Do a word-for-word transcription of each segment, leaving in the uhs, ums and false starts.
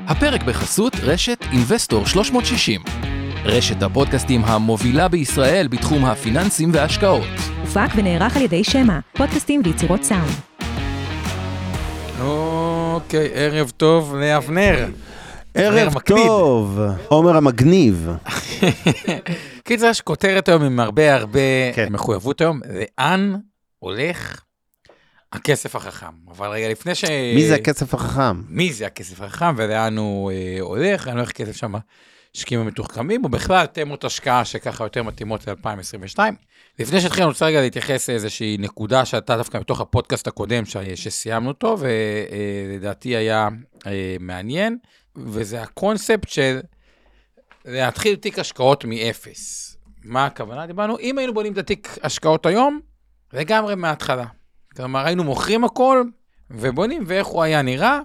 הפרק בחסות רשת אינבסטור שלוש מאות שישים. רשת הפודקאסטים המובילה בישראל בתחום הפיננסים וההשקעות. הופק ונערך על ידי שמה, פודקאסטים ויצירות סאונד. אוקיי, ערב טוב לאבנר. ערב טוב, עומר המגניב. קיצר, יש כותרת היום עם הרבה הרבה מחויבות היום. לאן הולך הכסף החכם? אבל רגע לפני ש... מי זה הכסף החכם? מי זה הכסף החכם ולאן הוא אה, הולך? לאן הולך כסף שם שקים המתוחכמים, ובכלל תמות השקעה שככה יותר מתאימות ל-אלפיים עשרים ושתיים. לפני שהתחיל אני רוצה רגע להתייחס לאיזושהי נקודה שאתה דווקא בתוך הפודקאסט הקודם ש... שסיימנו אותו, ולדעתי היה אה, מעניין, וזה הקונספט של להתחיל תיק השקעות מאפס. מה הכוונה? דיברנו, אם היינו בונים את התיק השקעות היום, לגמרי מההתחלה. כלומר, היינו מוכרים הכל, ובונים, ואיך הוא היה נראה,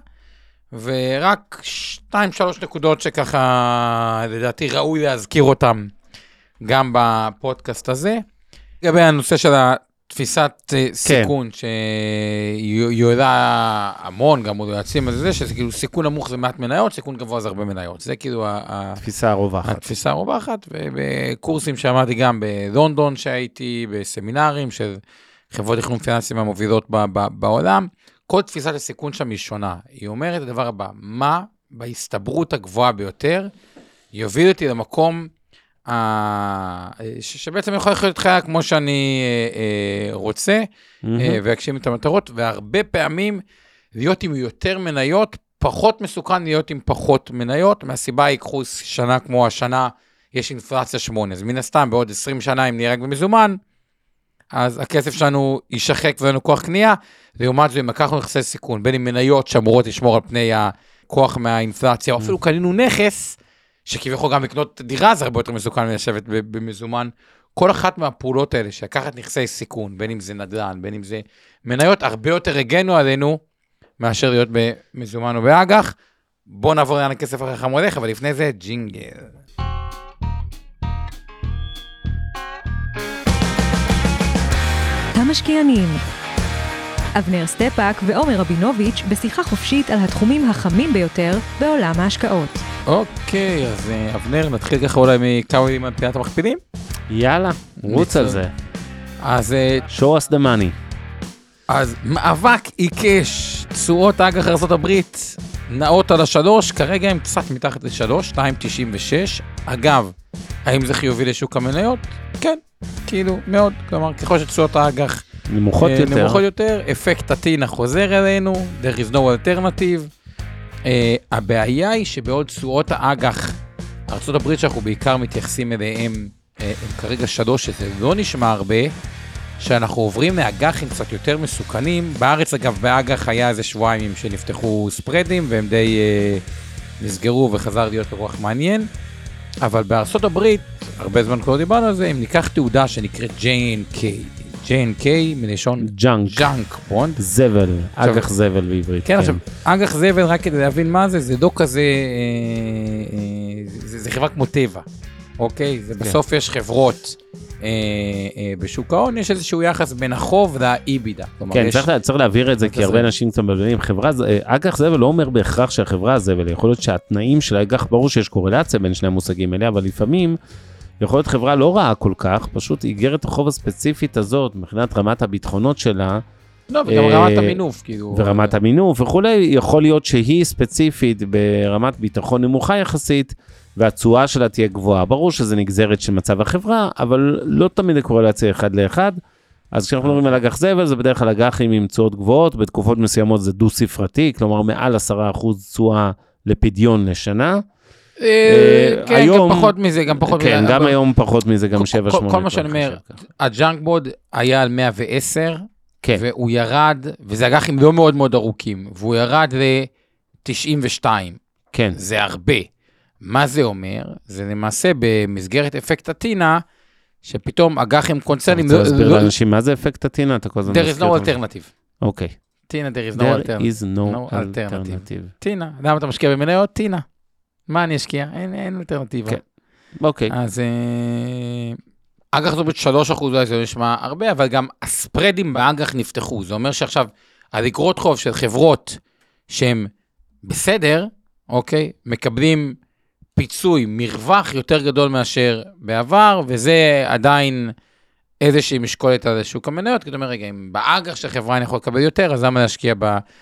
ורק שתיים, שלוש נקודות שככה, לדעתי, ראוי להזכיר אותם, גם בפודקאסט הזה. לגבי הנושא של התפיסת כן. סיכון, שהיא עולה המון, גם עוד יועצים על זה, שזה כאילו סיכון נמוך זה מעט מניות, סיכון גבוה זה הרבה מניות. זה כאילו התפיסה הרווחת. התפיסה הרווחת, ובקורסים שעמדתי גם בלונדון שהייתי, בסמינרים של חברות תכנון פיננסים המובילות ב- ב- בעולם, כל תפיסת הסיכון שם היא שונה. היא אומרת את הדבר הבא, מה בהסתברות הגבוהה ביותר, יוביל אותי למקום אה, ש- שבעצם יכול להיות חיה כמו שאני אה, אה, רוצה, mm-hmm. אה, והגשים את המטרות, והרבה פעמים להיות עם יותר מניות, פחות מסוכן להיות עם פחות מניות, מהסיבה ייקחו שנה כמו השנה, יש אינפלציה שמונה, אז מן הסתם בעוד עשרים שנה אם נהיה רק במזומן, אז הכסף שלנו יישחק ואין לנו כוח קנייה, לעומת זה אם לקחנו נכסי סיכון, בין עם מניות שאמורות לשמור על פני הכוח מהאינפלציה, או אפילו קנינו נכס, שכביכול גם לקנות דירה, זה הרבה יותר מסוכן מלשבת במזומן. כל אחת מהפעולות האלה, שלקחת נכסי סיכון, בין אם זה נדל"ן, בין אם זה מניות, הרבה יותר הגנו עלינו, מאשר להיות במזומן או באג"ח. בואו נעבור לאן הכסף החכם הולך, אבל לפני זה ג'ינגל. המשקיענים. אבנר סטפאק ועומר רבינוביץ' בשיחה חופשית על התחומים החמים ביותר בעולם ההשקעות. אוקיי, אז אבנר, נתחיל ככה אולי מכמה מילים על פינת המכפילים? יאללה, רוץ על זה. אז... show us the money. אז מאבק עיקש, תשואות אג"ח ארצות הברית נעות על השלוש, כרגע הם קצת מתחת לשלוש, שתיים תשעים ושש. אגב, האם זה חיובי לשוק המניות? כן. כאילו, מאוד, כלומר, ככל שתשואות האג"ח נמוכות אה, יותר. נמוכות יותר, אפקט הטינה חוזר אלינו, there is no alternative. אה, הבעיה היא שבעוד תשואות האג"ח, ארצות הברית שאנחנו בעיקר מתייחסים אליהם, אה, הם כרגע שלוש, שזה לא נשמע הרבה, שאנחנו עוברים לאג"חים קצת יותר מסוכנים. בארץ, אגב, באג"ח היה איזה שבועיים שנפתחו ספרדים, והם די אה, נסגרו וחזר להיות רוח מעניין. אבל בארצות הברית, הרבה זמן כבר דיברנו על זה, אם ניקח תעודה שנקראת ג'יי אן קיי, ג'יי אן קיי מלשון ג'אנק, ג'אנק, בונד. זבל, אג"ח זבל בעברית. כן, עכשיו, אג"ח זבל, רק כדי להבין מה זה, זה לא כזה, אה, אה, זה, זה חברה כמו טבע, אוקיי? זה בסוף יש חברות אה, אה, בשוק ההון, יש איזשהו יחס בין החוב לאיבידה. כן, צריך, צריך להעביר את זה, כי הרבה אנשים קצת מבלבלים. אג"ח זבל לא אומר בהכרח שהחברה זבל, יכול להיות שהתנאים של האג"ח, ברור שיש קורלציה בין שני המושגים האלה, אבל לפעמים יכול להיות חברה לא רעה כל כך, פשוט איגרת החוב הספציפית הזאת, מבחינת רמת הביטחונות שלה, לא, וגם רמת המינוף, כאילו. ורמת המינוף וכולי, יכול להיות שהיא ספציפית ברמת ביטחון נמוכה יחסית, והתשואה שלה תהיה גבוהה. ברור שזה נגזרת של מצב החברה, אבל לא תמיד הקורלציה אחד לאחד. אז כשאנחנו מדברים על אג"ח זבל, זה בדרך כלל אג"חים עם תשואות גבוהות, בתקופות מסוימות זה דו-ספרתי, כלומר מעל עשרה אחוז תשואה לפדיון לשנה. כן, גם פחות מזה, גם פחות מזה. כן, גם היום פחות מזה, גם שבע שמונה. כל מה שאני אומר, הג'אנק בוד היה על מאה ועשר, והוא ירד, וזה אג"חים לא מאוד מאוד ארוכים, והוא ירד ל-תשעים ושתיים. כן. זה הרבה. מה זה אומר? זה למעשה במסגרת אפקט הטינה, שפתאום אג"חים קונצרנים... אתה רוצה להסביר לאנשים מה זה אפקט הטינה? There is no alternative. אוקיי. טינה, there is no alternative. There is no alternative. טינה, למה אתה משקיע במניות? טינה. מה אני אשקיע? אין אלטרנטיבה. כן. אוקיי. אז אג"ח זאת שלוש אחוז, זה נשמע הרבה, אבל גם הספרדים באג"ח נפתחו. זה אומר שעכשיו, על אגרות חוב של חברות שהן בסדר, אוקיי? מקבלים פיצוי, מרווח יותר גדול מאשר בעבר, וזה עדיין איזושהי משקולת על שוק המניות, כי אתה אומר, רגע, אם באג"ח של חברה אני יכול לקבל יותר, אז למה להשקיע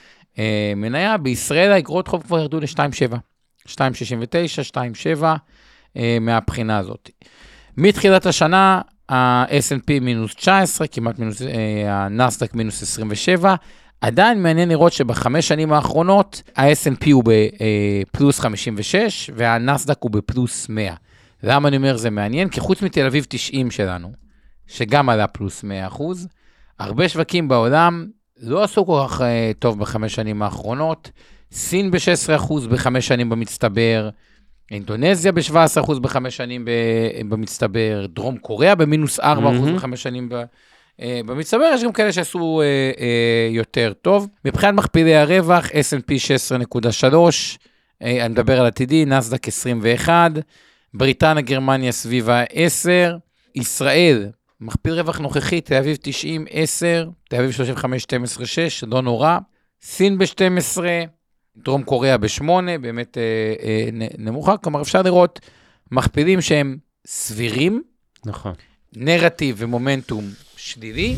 במניה? בישראל האגרות חוב כבר ירדו ל-שתיים נקודה שבע, שתיים נקודה שישים ותשע, שתיים נקודה שבע, מהבחינה הזאת. מתחילת השנה, ה-אס אנד פי מינוס תשע עשרה, כמעט מינוס, הנאסד"ק מינוס עשרים ושבע, עדיין מעניין לראות שבחמש שנים האחרונות, ה-אס אנד פי הוא בפלוס חמישים ושש, והנאסד"ק הוא בפלוס מאה. למה אני אומר זה מעניין? כי חוץ מתל אביב תשעים שלנו, שגם עלה פלוס מאה אחוז, הרבה שווקים בעולם לא עשו כל כך טוב בחמש שנים האחרונות, סין ב-שש עשרה אחוז בחמש שנים במצטבר, אינדונזיה ב-שבע עשרה אחוז בחמש שנים במצטבר, דרום קוריאה במינוס ארבע אחוז בחמש שנים במצטבר, יש גם כאלה שעשו יותר טוב. מבחינת מכפילי הרווח, אס אנד פי שש עשרה נקודה שלוש, אני מדבר על עתידי, נאסד"ק עשרים ואחת, בריטניה, גרמניה סביב ה-עשר, ישראל, מכפיל רווח נוכחי, תל אביב תשעים, עשר, תל אביב שלושים וחמש, שתים עשרה, שש, לא נורא, סין ב-שתים עשרה, דרום קוריאה ב-שמונה, באמת אה, אה, נמוכה, כלומר אפשר לראות מכפילים שהם סבירים, נכון. נרטיב ומומנטום שלילי,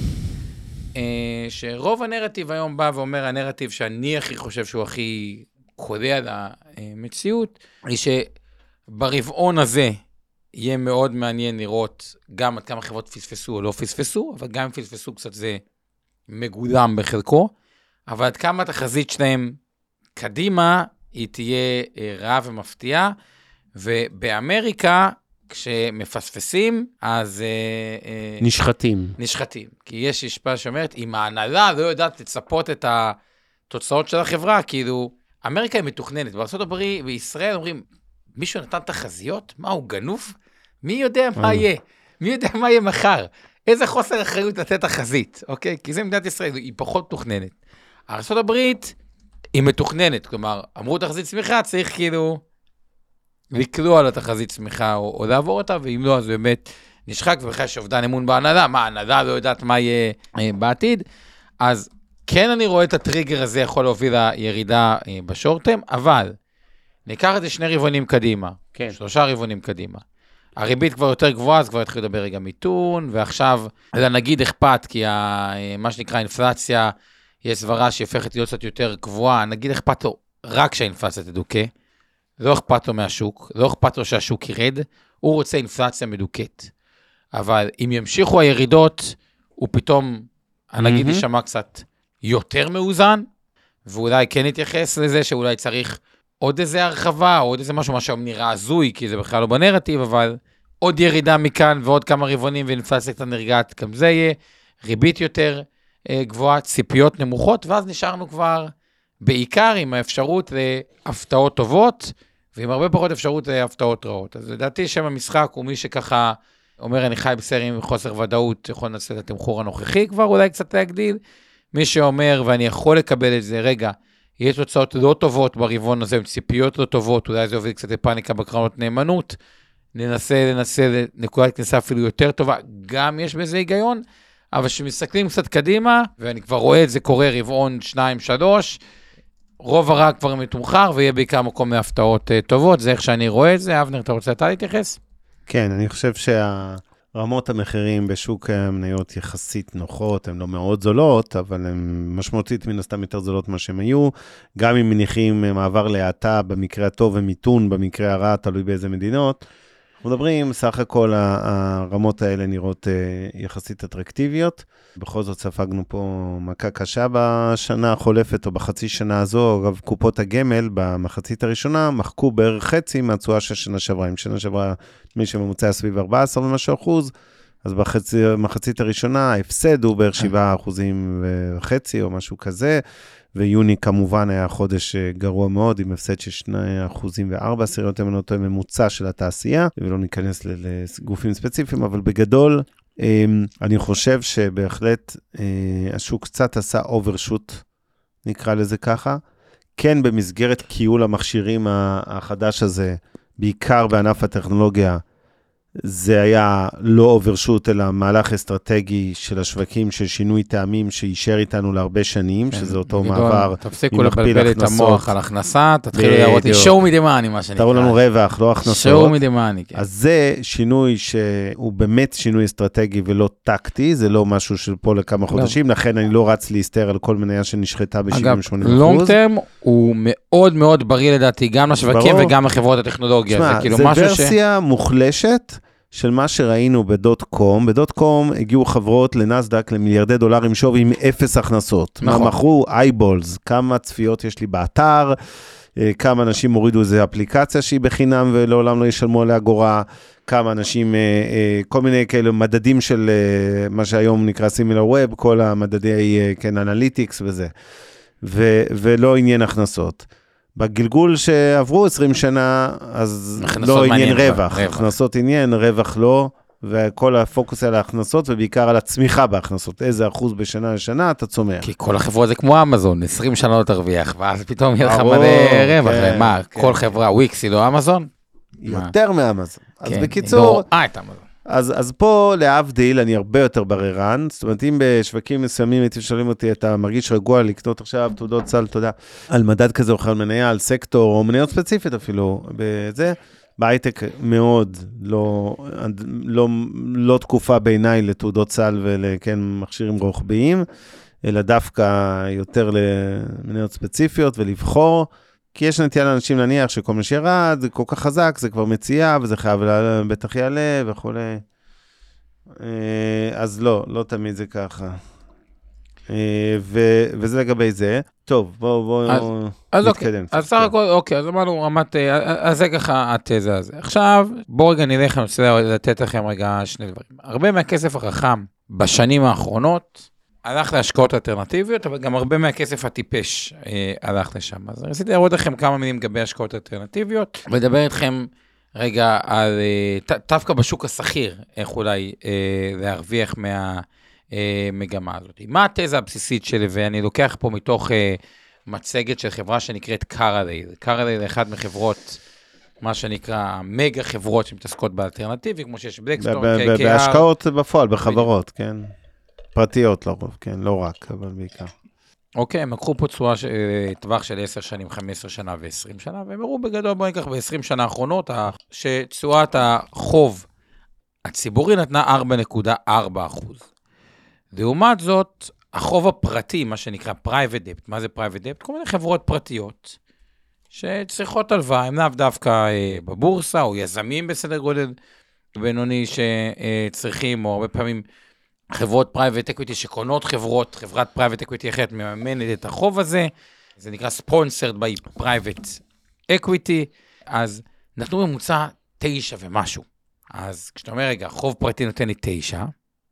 אה, שרוב הנרטיב היום בא ואומר, הנרטיב שאני הכי חושב שהוא הכי קולע למציאות, היא שברבעון הזה יהיה מאוד מעניין לראות גם עד כמה חברות פספסו או לא פספסו, אבל גם אם פספסו קצת זה מגולם בחלקו, אבל עד כמה התחזית שלהם קדימה, היא תהיה רעה ומפתיעה, ובאמריקה, כשמפספסים, אז נשחטים. נשחטים. כי יש השפעה שאומרת, אם ההנהלה לא יודעת לצפות את התוצאות של החברה, כאילו, אמריקה היא מתוכננת. בארצות הברית וישראל אומרים, מישהו נתן תחזיות? מה, הוא גנוב? מי יודע מה יהיה? מי יודע מה יהיה מחר? איזה חוסר אחריות לתת תחזית, אוקיי? כי זה מדינת ישראל, היא פחות מתוכננת. ארצות הברית היא מתוכננת, כלומר, אמרו תחזית צמיחה, צריך כאילו לקלוע על התחזית צמיחה או, או לעבור אותה, ואם לא, אז באמת נשחק, ובכלל יש אובדן אמון בהנהלה, מה, ההנהלה לא יודעת מה יהיה אה, בעתיד, אז כן אני רואה את הטריגר הזה יכול להוביל לירידה אה, בשורטם, אבל ניקח את זה שני רבעונים קדימה, כן. שלושה רבעונים קדימה. הריבית כבר יותר גבוהה, אז כבר התחיל לדבר רגע מיתון, ועכשיו, נגיד אכפת, כי ה, מה שנקרא אינפלציה, יש סברה שהפכת להיות קצת יותר גבוהה, נגיד אכפת לו רק שהאינפלציה תדוקה, לא אכפת לו מהשוק, לא אכפת לו שהשוק ירד, הוא רוצה אינפלציה מדוקת. אבל אם ימשיכו הירידות, הוא פתאום, נגיד ישמע קצת יותר מאוזן, ואולי כן יתייחס לזה שאולי צריך עוד איזה הרחבה, או עוד איזה משהו, מה שהיום נראה הזוי, כי זה בכלל לא בנרטיב, אבל עוד ירידה מכאן ועוד כמה רבעונים ואינפלציה קצת נרגעת, גם זה יהיה ריבית יותר גבוהה, ציפיות נמוכות, ואז נשארנו כבר בעיקר עם האפשרות להפתעות טובות, ועם הרבה פחות אפשרות להפתעות רעות. אז לדעתי שם המשחק הוא מי שככה אומר, אני חי בסרט עם חוסר ודאות, יכול לנצל את התמחור הנוכחי כבר, אולי קצת להגדיל. מי שאומר, ואני יכול לקבל את זה, רגע, יש תוצאות לא טובות ברבעון הזה, עם ציפיות לא טובות, אולי זה הוביל קצת לפאניקה בקרנות נאמנות, ננסה לנסה נקודת כניסה אפילו יותר טובה, גם יש בזה היגיון, אבל שמסתכלים קצת קדימה, ואני כבר רואה את זה קורה רבעון שניים, שלוש, רוב הרע כבר מתומחר, ויהיה בעיקר מקום להפתעות טובות, זה איך שאני רואה את זה. אבנר, אתה רוצה אתה להתייחס? כן, אני חושב שהרמות המחירים בשוק המניות יחסית נוחות, הן לא מאוד זולות, אבל הן משמעותית מן הסתם יותר זולות מה שהן היו, גם אם מניחים מעבר להאטה במקרה הטוב ומיתון במקרה הרע, תלוי באיזה מדינות. אנחנו מדברים, סך הכל הרמות האלה נראות יחסית אטרקטיביות. בכל זאת ספגנו פה מכה קשה בשנה החולפת, או בחצי שנה הזו. אגב, קופות הגמל במחצית הראשונה מחקו בערך חצי מהתשואה של שנה שעברה. אם שנה שעברה, מי שממוצע סביב ארבע עשרה ומשהו אחוז, אז במחצית הראשונה ההפסד הוא בערך שבעה אחוזים וחצי, או משהו כזה. ויוני כמובן היה חודש גרוע מאוד, עם הפסד של שני אחוזים וארבע עשיריות אמנות ממוצע של התעשייה, ולא ניכנס לגופים ספציפיים, אבל בגדול, אני חושב שבהחלט השוק קצת עשה אוברשוט, נקרא לזה ככה, כן במסגרת קיול המכשירים החדש הזה, בעיקר בענף הטכנולוגיה, זה היה לא אוברשוט, אלא מהלך אסטרטגי של השווקים, של שינוי טעמים, שישאר איתנו להרבה שנים, כן, שזה אותו בגדול, מעבר. תפסיקו לבלבל את המוח על הכנסה, תתחילו להראות לי show me the money, מה שנקרא. תראו לנו רווח, לא הכנסות. show me the money, כן. אז זה שינוי שהוא באמת שינוי אסטרטגי ולא טקטי, זה לא משהו של פה לכמה חודשים, לכן אני לא רץ להסתר על כל מניה שנשחטה ב-שבעים שמונים אחוז. אגב, long term הוא מאוד מאוד בריא לדעתי, גם לשווקים וגם לחברות הטכנולוגיה. שמה, זה, זה ורסיה מוחלשת של מה שראינו בדוט קום. בדוט קום הגיעו חברות לנסדק למיליארדי דולרים שווי עם אפס הכנסות. נכון. מה מכרו? אייבולס, כמה צפיות יש לי באתר, כמה אנשים הורידו איזו אפליקציה שהיא בחינם ולעולם לא ישלמו עליה אגורה, כמה אנשים, כל מיני כאלה מדדים של מה שהיום נקרא סימילר ווב, כל המדדי, כן, אנליטיקס וזה. ו- ולא עניין הכנסות. בגלגול שעברו עשרים שנה, אז לא עניין רווח. רווח. הכנסות עניין, רווח לא, וכל הפוקוס על ההכנסות, ובעיקר על הצמיחה בהכנסות. איזה אחוז בשנה לשנה אתה צומח. כי כל החברות זה כמו אמזון, עשרים שנה לא תרוויח, ואז פתאום יהיה לך מלא רווח. כן, מה, כן. כל חברה, וויקס היא לא אמזון? יותר מאמזון. כן, אז בקיצור... היא לא את אמזון. אז, אז פה להבדיל, אני הרבה יותר בררן, זאת אומרת, אם בשווקים מסוימים הייתי שואלים אותי, אתה מרגיש רגוע לקנות עכשיו תעודות סל, תודה, על מדד כזה או אחר מניה, על סקטור, או מניות ספציפית אפילו, בזה, בהייטק מאוד לא, לא, לא תקופה בעיניי לתעודות סל ולכן מכשירים רוחביים, אלא דווקא יותר למניות ספציפיות ולבחור, כי יש נטייה לאנשים להניח שכל מה שירד, זה כל כך חזק, זה כבר מציאה, וזה חייב בטח יעלה וכו'. אז לא, לא תמיד זה ככה. וזה לגבי זה. טוב, בואו נתקדם. אז סך הכל, אוקיי, אז אמרנו רמת, אז זה ככה התזה הזה. עכשיו, בואו רגע נלך, אני רוצה לתת לכם רגע שני דברים. הרבה מהכסף החכם בשנים האחרונות, הלך להשקעות אלטרנטיביות, אבל גם הרבה מהכסף הטיפש אה, הלך לשם. אז רציתי להראות לכם כמה מילים לגבי השקעות אלטרנטיביות, ולדבר איתכם רגע על, אה, דווקא בשוק הסחיר, איך אולי אה, להרוויח מהמגמה אה, הזאת. מה התזה הבסיסית שלי, ואני לוקח פה מתוך אה, מצגת של חברה שנקראת קארלייל. קארלייל היא אחת מחברות, מה שנקרא מגה חברות שמתעסקות באלטרנטיבי, כמו שיש בלקסטון, קיי קיי אר. בהשקעות בפועל, בחברות, כן. פרטיות לרוב, כן, לא רק, אבל בעיקר. אוקיי, הם לקחו פה צורה, טווח של עשר שנים, חמש עשרה שנה ו-עשרים שנה, והם הראו בגדול, בואי ניקח ב-עשרים שנה האחרונות, שצורת החוב הציבורי נתנה ארבע נקודה ארבע אחוז. לעומת זאת, החוב הפרטי, מה שנקרא private debt, מה זה private debt? כל מיני חברות פרטיות, שצריכות הלוואה, הם לאו דווקא בבורסה, או יזמים בסדר גודל בינוני שצריכים, או הרבה פעמים, חברות פרייבט אקוויטי שקונות חברות, חברת פרייבט אקוויטי אחרת מממנת את החוב הזה, זה נקרא sponsored by private equity, אז נתנו ממוצע תשע ומשהו. אז כשאתה אומר רגע, חוב פרטי נותן לי תשע,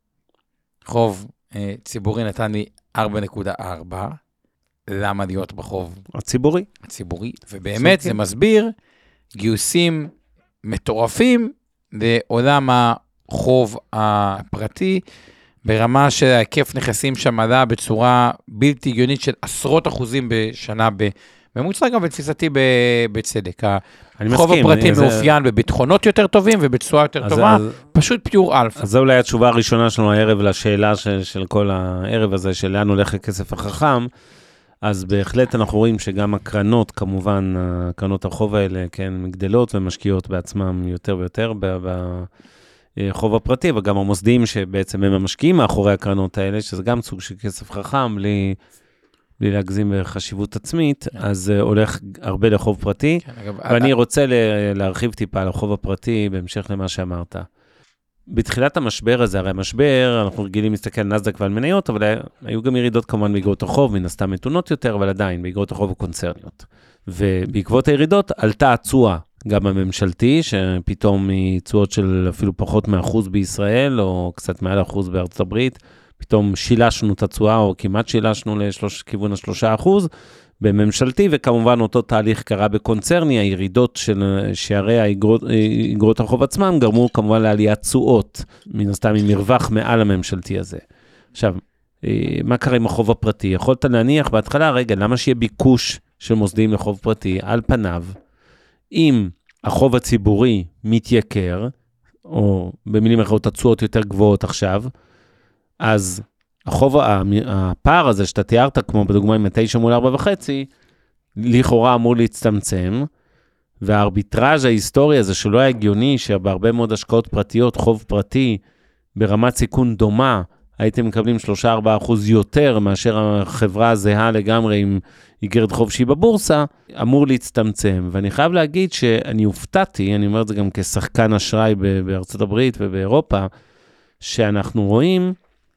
חוב אה, ציבורי נתן לי ארבע נקודה ארבע, למה להיות בחוב? הציבורי. הציבורי, ובאמת זה מסביר גיוסים מטורפים לעולם החוב הפרטי, ברמה של ההיקף נכסים שם עלה בצורה בלתי הגיונית של עשרות אחוזים בשנה בממוצע, גם בתפיסתי בצדק. החוב הפרטי מאופיין בביטחונות יותר טובים ובצורה יותר טובה, פשוט פיור אלפא. אז זו אולי התשובה הראשונה שלנו הערב לשאלה של כל הערב הזה, של לאן הולך הכסף החכם, אז בהחלט אנחנו רואים שגם הקרנות, כמובן, הקרנות החוב האלה, כן, מגדלות ומשקיעות בעצמם יותר ויותר ב... חוב הפרטי, וגם המוסדיים שבעצם הם המשקיעים מאחורי הקרנות האלה, שזה גם סוג של כסף חכם, בלי, בלי להגזים בחשיבות עצמית, כן. אז uh, הולך הרבה לחוב פרטי, כן, אגב, ואני אגב... רוצה להרחיב טיפה על החוב הפרטי, בהמשך למה שאמרת. בתחילת המשבר הזה, הרי המשבר, אנחנו רגילים להסתכל על נסדק ועל מניות, אבל היו גם ירידות כמובן באגרות החוב, מן הסתם מתונות יותר, אבל עדיין, באגרות החוב הקונצרניות. ובעקבות הירידות עלתה התשואה, גם הממשלתי, שפתאום מתשואות של אפילו פחות מאחוז בישראל, או קצת מעל אחוז בארצות הברית, פתאום שילשנו את התשואה, או כמעט שילשנו לכיוון השלושה אחוז, בממשלתי, וכמובן אותו תהליך קרה בקונצרני, הירידות של שערי האגרות החוב עצמם, גרמו כמובן לעליית תשואות, מן הסתם עם מרווח מעל הממשלתי הזה. עכשיו, מה קרה עם החוב הפרטי? יכולת להניח בהתחלה, רגע, למה שיהיה ביקוש של מוסדים לחוב פרטי? על פניו, אם החוב הציבורי מתייקר, או במילים אחרות, התשואות יותר גבוהות עכשיו, אז החוב, הפער הזה שאתה תיארת, כמו בדוגמה עם תשע מול ארבע וחצי, לכאורה אמור להצטמצם, והארביטראז' ההיסטורי הזה שלא היה הגיוני, שבהרבה מאוד השקעות פרטיות, חוב פרטי, ברמת סיכון דומה, הייתם מקבלים שלושה עד ארבעה אחוז יותר, מאשר החברה הזהה לגמרי עם איגרת חוב שהיא בבורסה, אמור להצטמצם. ואני חייב להגיד שאני הופתעתי, אני אומר את זה גם כשחקן אשראי בארצות הברית ובאירופה, שאנחנו רואים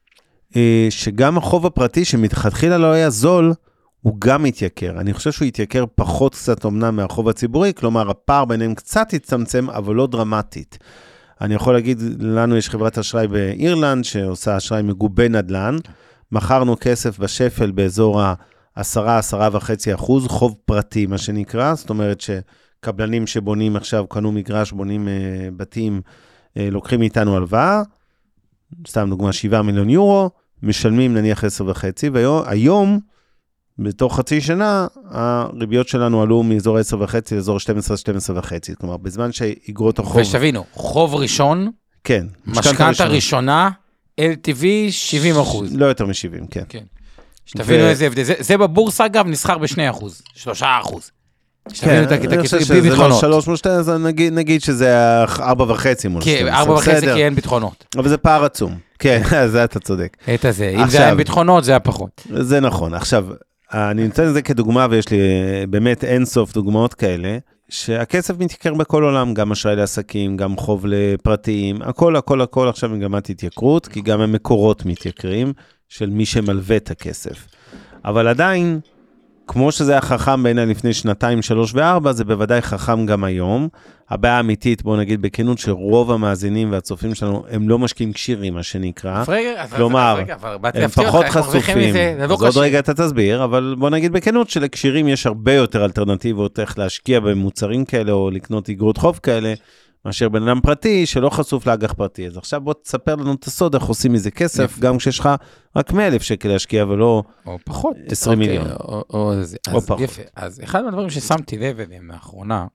שגם החוב הפרטי שמתחילה לא היה זול, הוא גם מתייקר. אני חושב שהוא יתייקר פחות קצת אומנם מהחוב הציבורי, כלומר הפער ביניהם קצת יצטמצם, אבל לא דרמטית. אני יכול להגיד, לנו יש חברת אשראי באירלנד, שעושה אשראי מגובה נדל"ן, מכרנו כסף בשפל באזור ה-עשרה עד עשרה וחצי אחוז, חוב פרטי מה שנקרא, זאת אומרת שקבלנים שבונים עכשיו, קנו מגרש, בונים uh, בתים, uh, לוקחים מאיתנו הלוואה, סתם דוגמה שבעה מיליון יורו, משלמים נניח עשר וחצי, והיום, בתוך חצי שנה, הריביות שלנו עלו מאזור עשר וחצי לאזור שתים עשרה שתים עשרה וחצי, כלומר, בזמן שאיגרות החוב... ושתבינו, חוב ראשון, כן. משכנתה ראשונה, אל טי וי שבעים אחוז. לא יותר מ-שבעים, כן. כן. שתבינו איזה הבדל. זה בבורסה, אגב, נסחר ב-שני אחוז, שלושה אחוז. כן, אני חושב שזה לא שלוש מול שתי, אז נגיד שזה ארבע וחצי מול שתי. כן, ארבע וחצי כי אין ביטחונות. אבל זה פער עצום. כן, זה אתה צודק. את הזה, אם זה היה ביטחונות, זה היה פחות. זה נכון. עכשיו, אני נמצא לזה כדוגמה, ויש לי באמת אינסוף דוגמאות כאלה, שהכסף מתייקר בכל עולם, גם אשראי לעסקים, גם חוב לפרטיים, הכל, הכל, הכל עכשיו מגמת התייקרות, כי גם המקורות מתייקרים של מי שמלווה את הכסף. אבל עדיין, כמו שזה היה חכם בעיניי לפני שנתיים, שלוש וארבע, זה בוודאי חכם גם היום. הבעיה האמיתית, בוא נגיד בכנות, שרוב המאזינים והצופים שלנו, הם לא משקיעים קשירים, מה שנקרא. כלומר, הם פחות חשופים. אז עוד רגע אתה תסביר, אבל בוא נגיד בכנות, שלקשירים יש הרבה יותר אלטרנטיבות, איך להשקיע במוצרים כאלה, או לקנות איגרות חוב כאלה, מאשר בן אדם פרטי, שלא חשוף לאג"ח פרטי. אז עכשיו בוא תספר לנו את הסוד, איך עושים מזה כסף, גם כשיש לך רק מאה אלף שקל להשקיע, ולא עשרים מיליון. או פחות. יפה. אז אחד מהדברים ששמתי לב אליהם מאחרונה,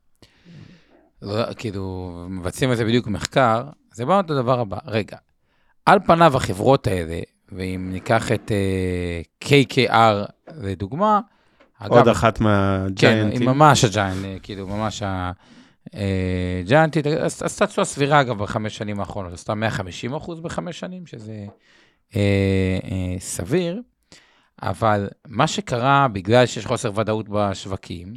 כאילו, מבצעים את זה בדיוק מחקר, זה בא את הדבר הבא. רגע, על פניו החברות האלה, ואם ניקח את קיי קיי אר לדוגמה, עוד אחת מהג'יינטים. כן, ממש הג'יינט, כאילו, ממש הג'יינטית, אז תצוע סבירה אגב בחמש שנים האחרונות, עשתה מאה וחמישים אחוז בחמש שנים, שזה סביר, אבל מה שקרה, בגלל שיש חוסר ודאות בשווקים,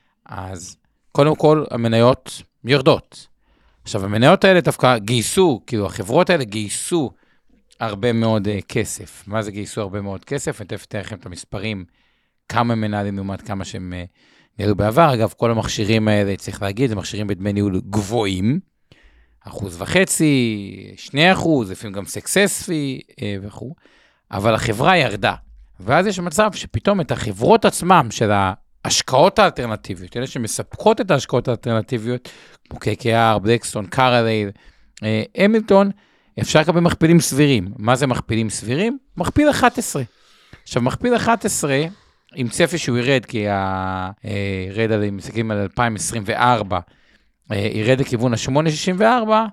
אז קודם כל המניות יורדות. עכשיו, המניות האלה דווקא גייסו, כאילו החברות האלה גייסו הרבה מאוד כסף. מה זה גייסו הרבה מאוד כסף? אני תכף אתן לכם את המספרים, כמה מנהלים לעומת כמה שהם נהלו בעבר. אגב, כל המכשירים האלה, צריך להגיד, זה מכשירים בדמי ניהול גבוהים, אחוז וחצי, שני אחוז, לפעמים גם סקסספי וכו', אבל החברה ירדה. ואז יש מצב שפתאום את החברות עצמם של ההשקעות האלטרנטיביות, אלה שמספקות את ההשקעות האלטרנטיביות, כמו קיי קיי אר, בלקסטון, קרלייל, המילטון, אפשר לקבל מכפילים סבירים. מה זה מכפילים סבירים? מכפיל אחת עשרה. עכשיו, מכפיל אחת עשרה, עם צפי שהוא ירד, כי ירד על, אם מסתכלים על אלפיים עשרים וארבע, ירד לכיוון ה-שמונה נקודה שישים וארבע,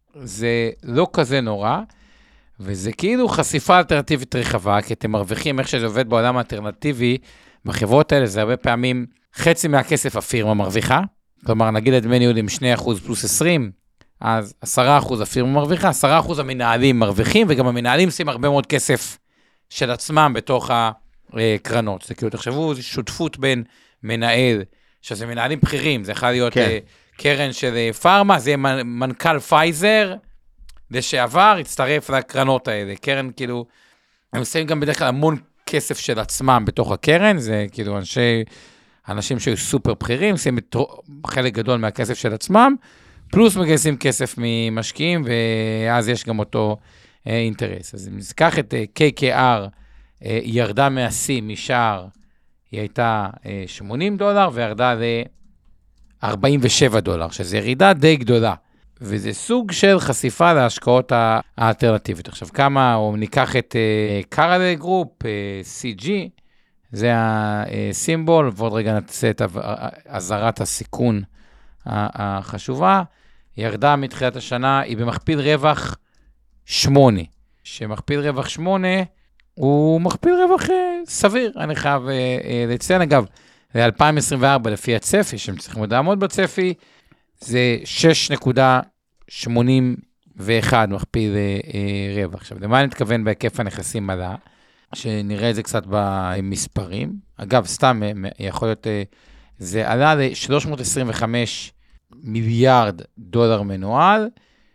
זה לא כזה נורא, וזה כאילו חשיפה אלטרנטיבית רחבה, כי אתם מרוויחים איך שזה עובד בעולם האלטרנטיבי, בחברות האלה זה הרבה פעמים חצי מהכסף הפירמה מרוויחה, כלומר נגיד את דמי ניהול עם שני אחוז פלוס עשרים, אז עשרה אחוז הפירמה מרוויחה, עשרה אחוז המנהלים מרוויחים, וגם המנהלים עושים הרבה מאוד כסף של עצמם בתוך הקרנות. זה כאילו, תחשבו, זה שותפות בין מנהל, שזה מנהלים בכירים, זה יכול להיות כן. קרן של פארמה, זה מנכ"ל פייזר, לשעבר, הצטרף לקרנות האלה. קרן, כאילו, הם עושים גם בדרך כלל המון כסף של עצמם בתוך הקרן, זה כאילו אנשי, אנשים שהיו סופר בכירים, עושים חלק גדול מהכסף של עצמם, פלוס מגייסים כסף ממשקיעים, ואז יש גם אותו אה, אינטרס. אז אם נזכח את אה, קיי קיי אר, אה, היא ירדה מהשיא, משער, היא הייתה אה, שמונים דולר, וירדה ל-ארבעים ושבעה דולר, שזה ירידה די גדולה. וזה סוג של חשיפה להשקעות האלטרנטיביות. עכשיו, כמה, או ניקח את קרלייל גרופ, סי ג'י, זה הסימבול, ועוד רגע נעשה את עזרת הסיכון החשובה, ירדה מתחילת השנה, היא במכפיל רווח שמונה. שמכפיל רווח שמונה, הוא מכפיל רווח אה, סביר, אני חייב אה, אה, לציין, אגב, ל-אלפיים עשרים וארבע, לפי הצפי, שהם צריכים עוד לעמוד בצפי, זה שש נקודה שמונים ואחת מכפיל אה, אה, רווח. עכשיו, למה אני מתכוון בהיקף הנכסים עלה? שנראה את זה קצת במספרים. אגב, סתם, יכול להיות, אה, זה עלה ל-שלוש מאות עשרים וחמישה מיליארד דולר מנועל,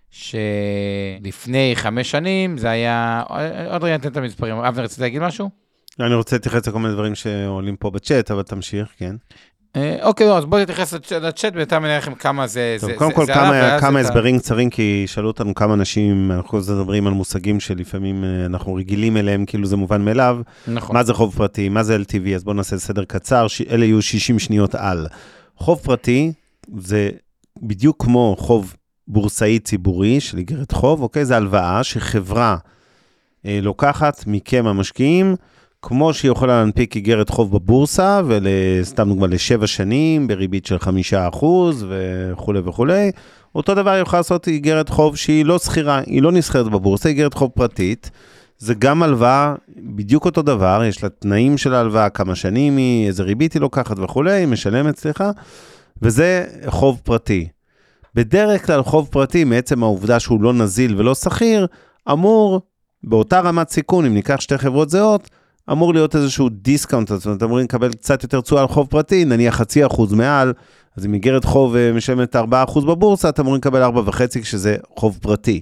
שלפני חמש שנים זה היה, עוד רגע נתן את המספרים, אבנר, רצית להגיד משהו? אני רוצה להתייחס לכל מיני דברים שעולים פה בצ'אט, אבל תמשיך, כן. אוקיי, אז בואו תתייחס לצ'אט, ואתם נראה לכם כמה זה... טוב, קודם כל כמה הסברים קצרים, כי שאלו אותנו כמה אנשים, אנחנו מדברים על מושגים שלפעמים אנחנו רגילים אליהם, כאילו זה מובן מאליו. נכון. מה זה חוב פרטי, מה זה אל טי וי, אז בואו נעשה סדר קצר, אלה יהיו שישים שניות על. חוב פרטי זה בדיוק כמו חוב בורסאי ציבורי של איגרת חוב, אוקיי? זה הלוואה שחברה אה, לוקחת מכם המשקיעים, כמו שהיא יכולה להנפיק איגרת חוב בבורסה, ולסתם דוגמה לשבע שנים, בריבית של חמישה אחוז וכו' וכו'. אותו דבר היא יכולה לעשות איגרת חוב שהיא לא סחירה, היא לא נסחרת בבורסה, איגרת חוב פרטית. זה גם הלוואה, בדיוק אותו דבר, יש לה תנאים של ההלוואה, כמה שנים היא, איזה ריבית היא לוקחת וכו', היא משלמת, סליחה, וזה חוב פרטי. בדרך כלל חוב פרטי, מעצם העובדה שהוא לא נזיל ולא סחיר, אמור, באותה רמת סיכון, אם ניקח שתי חברות זהות, אמור להיות איזשהו דיסקאונט, זאת אומרת, אמורים לקבל קצת יותר תשואה על חוב פרטי, נניח חצי אחוז מעל, אז אם איגרת חוב משלמת ארבעה אחוז בבורסה, אתם אמורים לקבל ארבע וחצי כשזה חוב פרטי.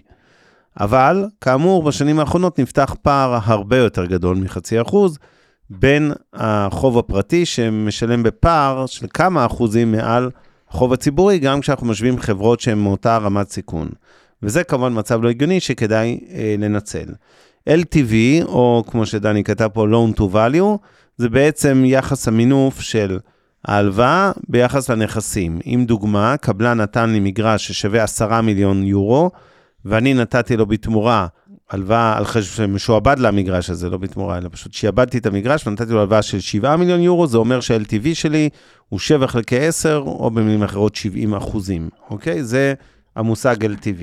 אבל, כאמור, בשנים האחרונות נפתח פער הרבה יותר גדול מחצי אחוז, בין החוב הפרטי שמשלם בפער של כמה אחוזים מעל החוב הציבורי, גם כשאנחנו משווים חברות שהן מאותה רמת סיכון. וזה כמובן מצב לא הגיוני שכדאי אה, לנצל. אל טי וי, או כמו שדני כתב פה, loan to value, זה בעצם יחס המינוף של ההלוואה ביחס לנכסים. אם דוגמה, קבלן נתן לי מגרש ששווה עשרה מיליון יורו, ואני נתתי לו בתמורה הלוואה על חשבון שמשועבד למגרש הזה, לא בתמורה, אלא פשוט שיעבדתי את המגרש ונתתי לו הלוואה של שבעה מיליון יורו, זה אומר שה-אל טי וי שלי הוא שבע חלקי עשר, או במילים אחרות שבעים אחוזים, אוקיי? זה המושג אל טי וי.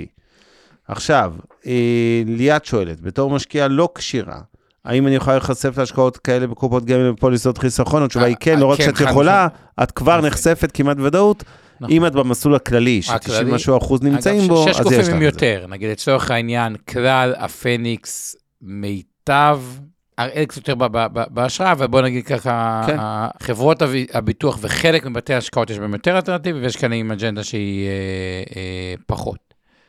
עכשיו, אה, ליאת שואלת, בתור משקיעה לא קשירה, האם אני יכולה לחשף להשקעות כאלה בקופות גמל בפוליסות חיסכון? התשובה היא כן, לא רק שאת יכולה, את כבר נחשפת כמעט ודאות, אם את במסלול הכללי, ש-תשעים משהו אחוז נמצאים בו, אז יש לך את זה. שש גופים יותר, נגיד לצורך העניין, כלל, הפניקס, מיטב, הראל קצת יותר בהשראה, ובוא נגיד ככה, חברות הביטוח וחלק מבתי ההשקעות יש בהם יותר אלטרנטיבי, ויש כאן עם אג'נדה שהיא פחות.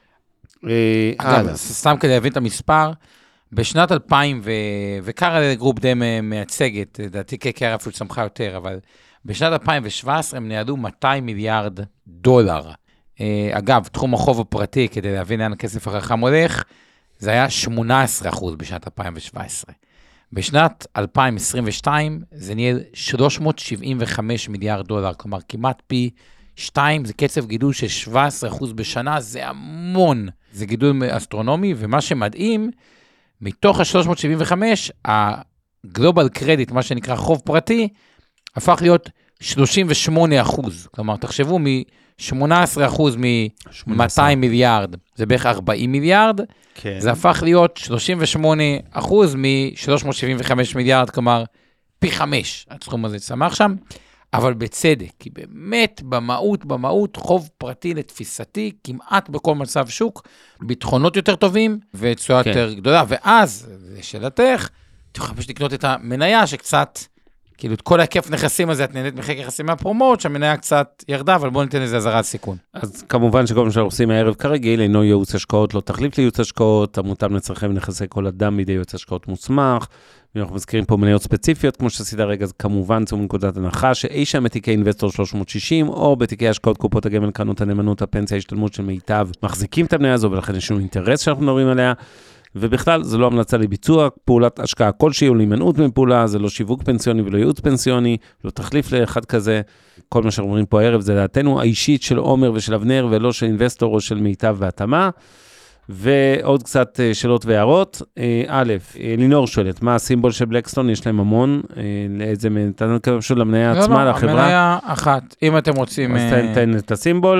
אגב, סתם כדי להבין את המספר, בשנת אלפיים, וקרה לגרופ די מייצגת, לדעתי כקרה אפילו צמחה יותר, אבל בשנת אלפיים שבע עשרה הם ניהלו מאתיים מיליארד דולר. אגב, תחום החוב הפרטי, כדי להבין לאן הכסף החכם הולך, זה היה שמונה עשרה אחוז בשנת אלפיים שבע עשרה. בשנת אלפיים עשרים ושתיים זה ניהל שלוש מאות שבעים וחמישה מיליארד דולר, כלומר כמעט פי שתיים, זה קצב גידול של שבע עשרה אחוז בשנה, זה המון, זה גידול אסטרונומי, ומה שמדהים, מתוך ה-שלוש מאות שבעים וחמש, הגלובל קרדיט, מה שנקרא חוב פרטי, הפך להיות שלושים ושמונה אחוז, כלומר תחשבו מ-שמונה עשרה אחוז מ-מאתיים מיליארד, זה בערך ארבעים מיליארד, כן. זה הפך להיות שלושים ושמונה אחוז מ-שלוש מאות שבעים וחמישה מיליארד, כלומר פי חמש, התחום הזה צמח שם, אבל בצדק, כי באמת במהות, במהות, חוב פרטי לתפיסתי, כמעט בכל מצב שוק, ביטחונות יותר טובים, ותשואה כן. יותר גדולה, ואז, לשאלתך, תוכל פשוט לקנות את המניה שקצת, כאילו את כל ההיקף נכסים הזה, את נהנית מחלק יחסים מהפרומות, שהמניה קצת ירדה, אבל בואו ניתן איזה הזרת סיכון. אז כמובן שכל מה שאנחנו עושים הערב כרגיל, אינו ייעוץ השקעות, לא תחליף לייעוץ השקעות, המותאם לצרכי ונכסי כל אדם בידי ייעוץ השקעות מוסמך, ואנחנו מזכירים פה מניות ספציפיות, כמו שעשית הרגע, אז כמובן צאו מנקודת הנחה, שאי שם בתיקי אינבסטור שלוש מאות שישים, או בתיקי השקעות קופות הגמל, קרנות הנאמנות, הפנסיה, ההשתלמות של מיטב, מחזיקים את המניה הזו, ולכן יש לנו אינטרס שאנחנו מדברים עליה, ובכלל זה לא המלצה לביצוע, פעולת השקעה כלשהי או להימנעות מפעולה, זה לא שיווק פנסיוני ולא ייעוץ פנסיוני, לא תחליף לאחד כזה, כל מה שאנחנו אומרים פה הערב זה דעתנו האישית של עומר ושל אבנר, ולא של אינבסטור או של מיטב והתאמה, ועוד קצת שאלות והערות. א', לינור שואלת, מה הסימבול של בלקסטון? יש להם המון, לאיזה, אתה נקרא פשוט למניה עצמה, לחברה? המניה אחת, אם אתם רוצים... אז תן את הסימבול.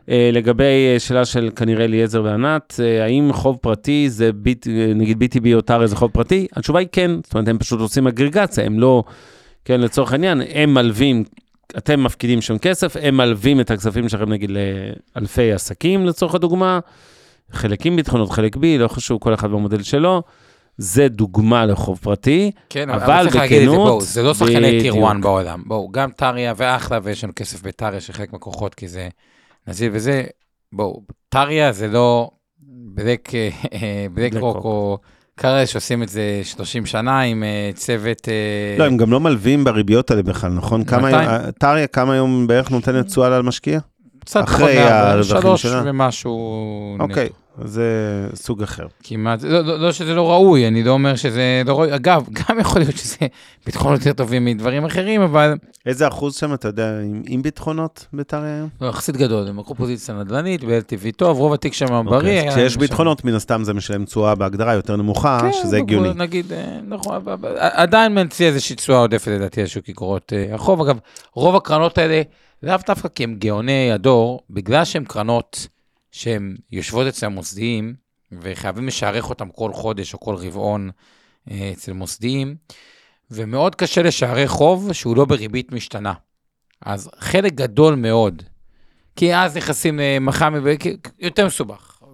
לגבי שאלה של כנראה אליעזר וענת, האם חוב פרטי זה, נגיד בי טי בי או טריה זה חוב פרטי? התשובה היא כן, זאת אומרת, הם פשוט עושים אגרגציה, הם לא, כן, לצורך העניין, הם מלווים, אתם מפקידים שם כסף, הם מלווים את הכספים שלכם, נגיד, לאלפי עסקים, לצורך הדוגמה, חלקים ביטחונות, חלק בי, לא חשוב, כל אחד במודל שלו, זה דוגמה לחוב פרטי, כן, אבל בכנות, זה לא שחקני טיר אחת בעולם, בואו, גם טריה ואחלה, ויש לנו כסף בטריה שחלק מקוחות, כי זה נזיל וזה, בואו, טריה זה לא בלק רוק או קארה שעושים את זה שלושים שנה עם צוות... לא, הם גם לא מלווים בריביות האלה בכלל, נכון? טריה כמה היום בערך נותנת תשואה על משקיע? קצת אחרי הרווחים שלה? שלוש ומשהו... אוקיי. זה סוג אחר. כמעט, לא, לא, לא שזה לא ראוי, אני לא אומר שזה לא ראוי, אגב, גם יכול להיות שזה ביטחונות יותר טובים מדברים אחרים, אבל... איזה אחוז שם, אתה יודע, עם, עם ביטחונות בטריה היום? לא, יחסית גדול, הם לקחו פוזיציה נדל"נית, ב-אל טי וי טוב, רוב התיק שם בריא. כשיש ביטחונות, מן הסתם זה משלם תשואה בהגדרה יותר נמוכה, שזה הגיוני. כן, נגיד, נכון, עדיין מנציע איזושהי תשואה עודפת, לדעתי, על שוק איגרות החוב. אגב, רוב הקרנות האלה, לאו דווקא כי הם גאוני הדור, בגלל שהם קרנות שהן יושבות אצל המוסדיים, וחייבים לשערך אותם כל חודש או כל רבעון אצל מוסדיים, ומאוד קשה לשערך חוב שהוא לא בריבית משתנה. אז חלק גדול מאוד, כי אז נכנסים למחמי, יותר מסובך.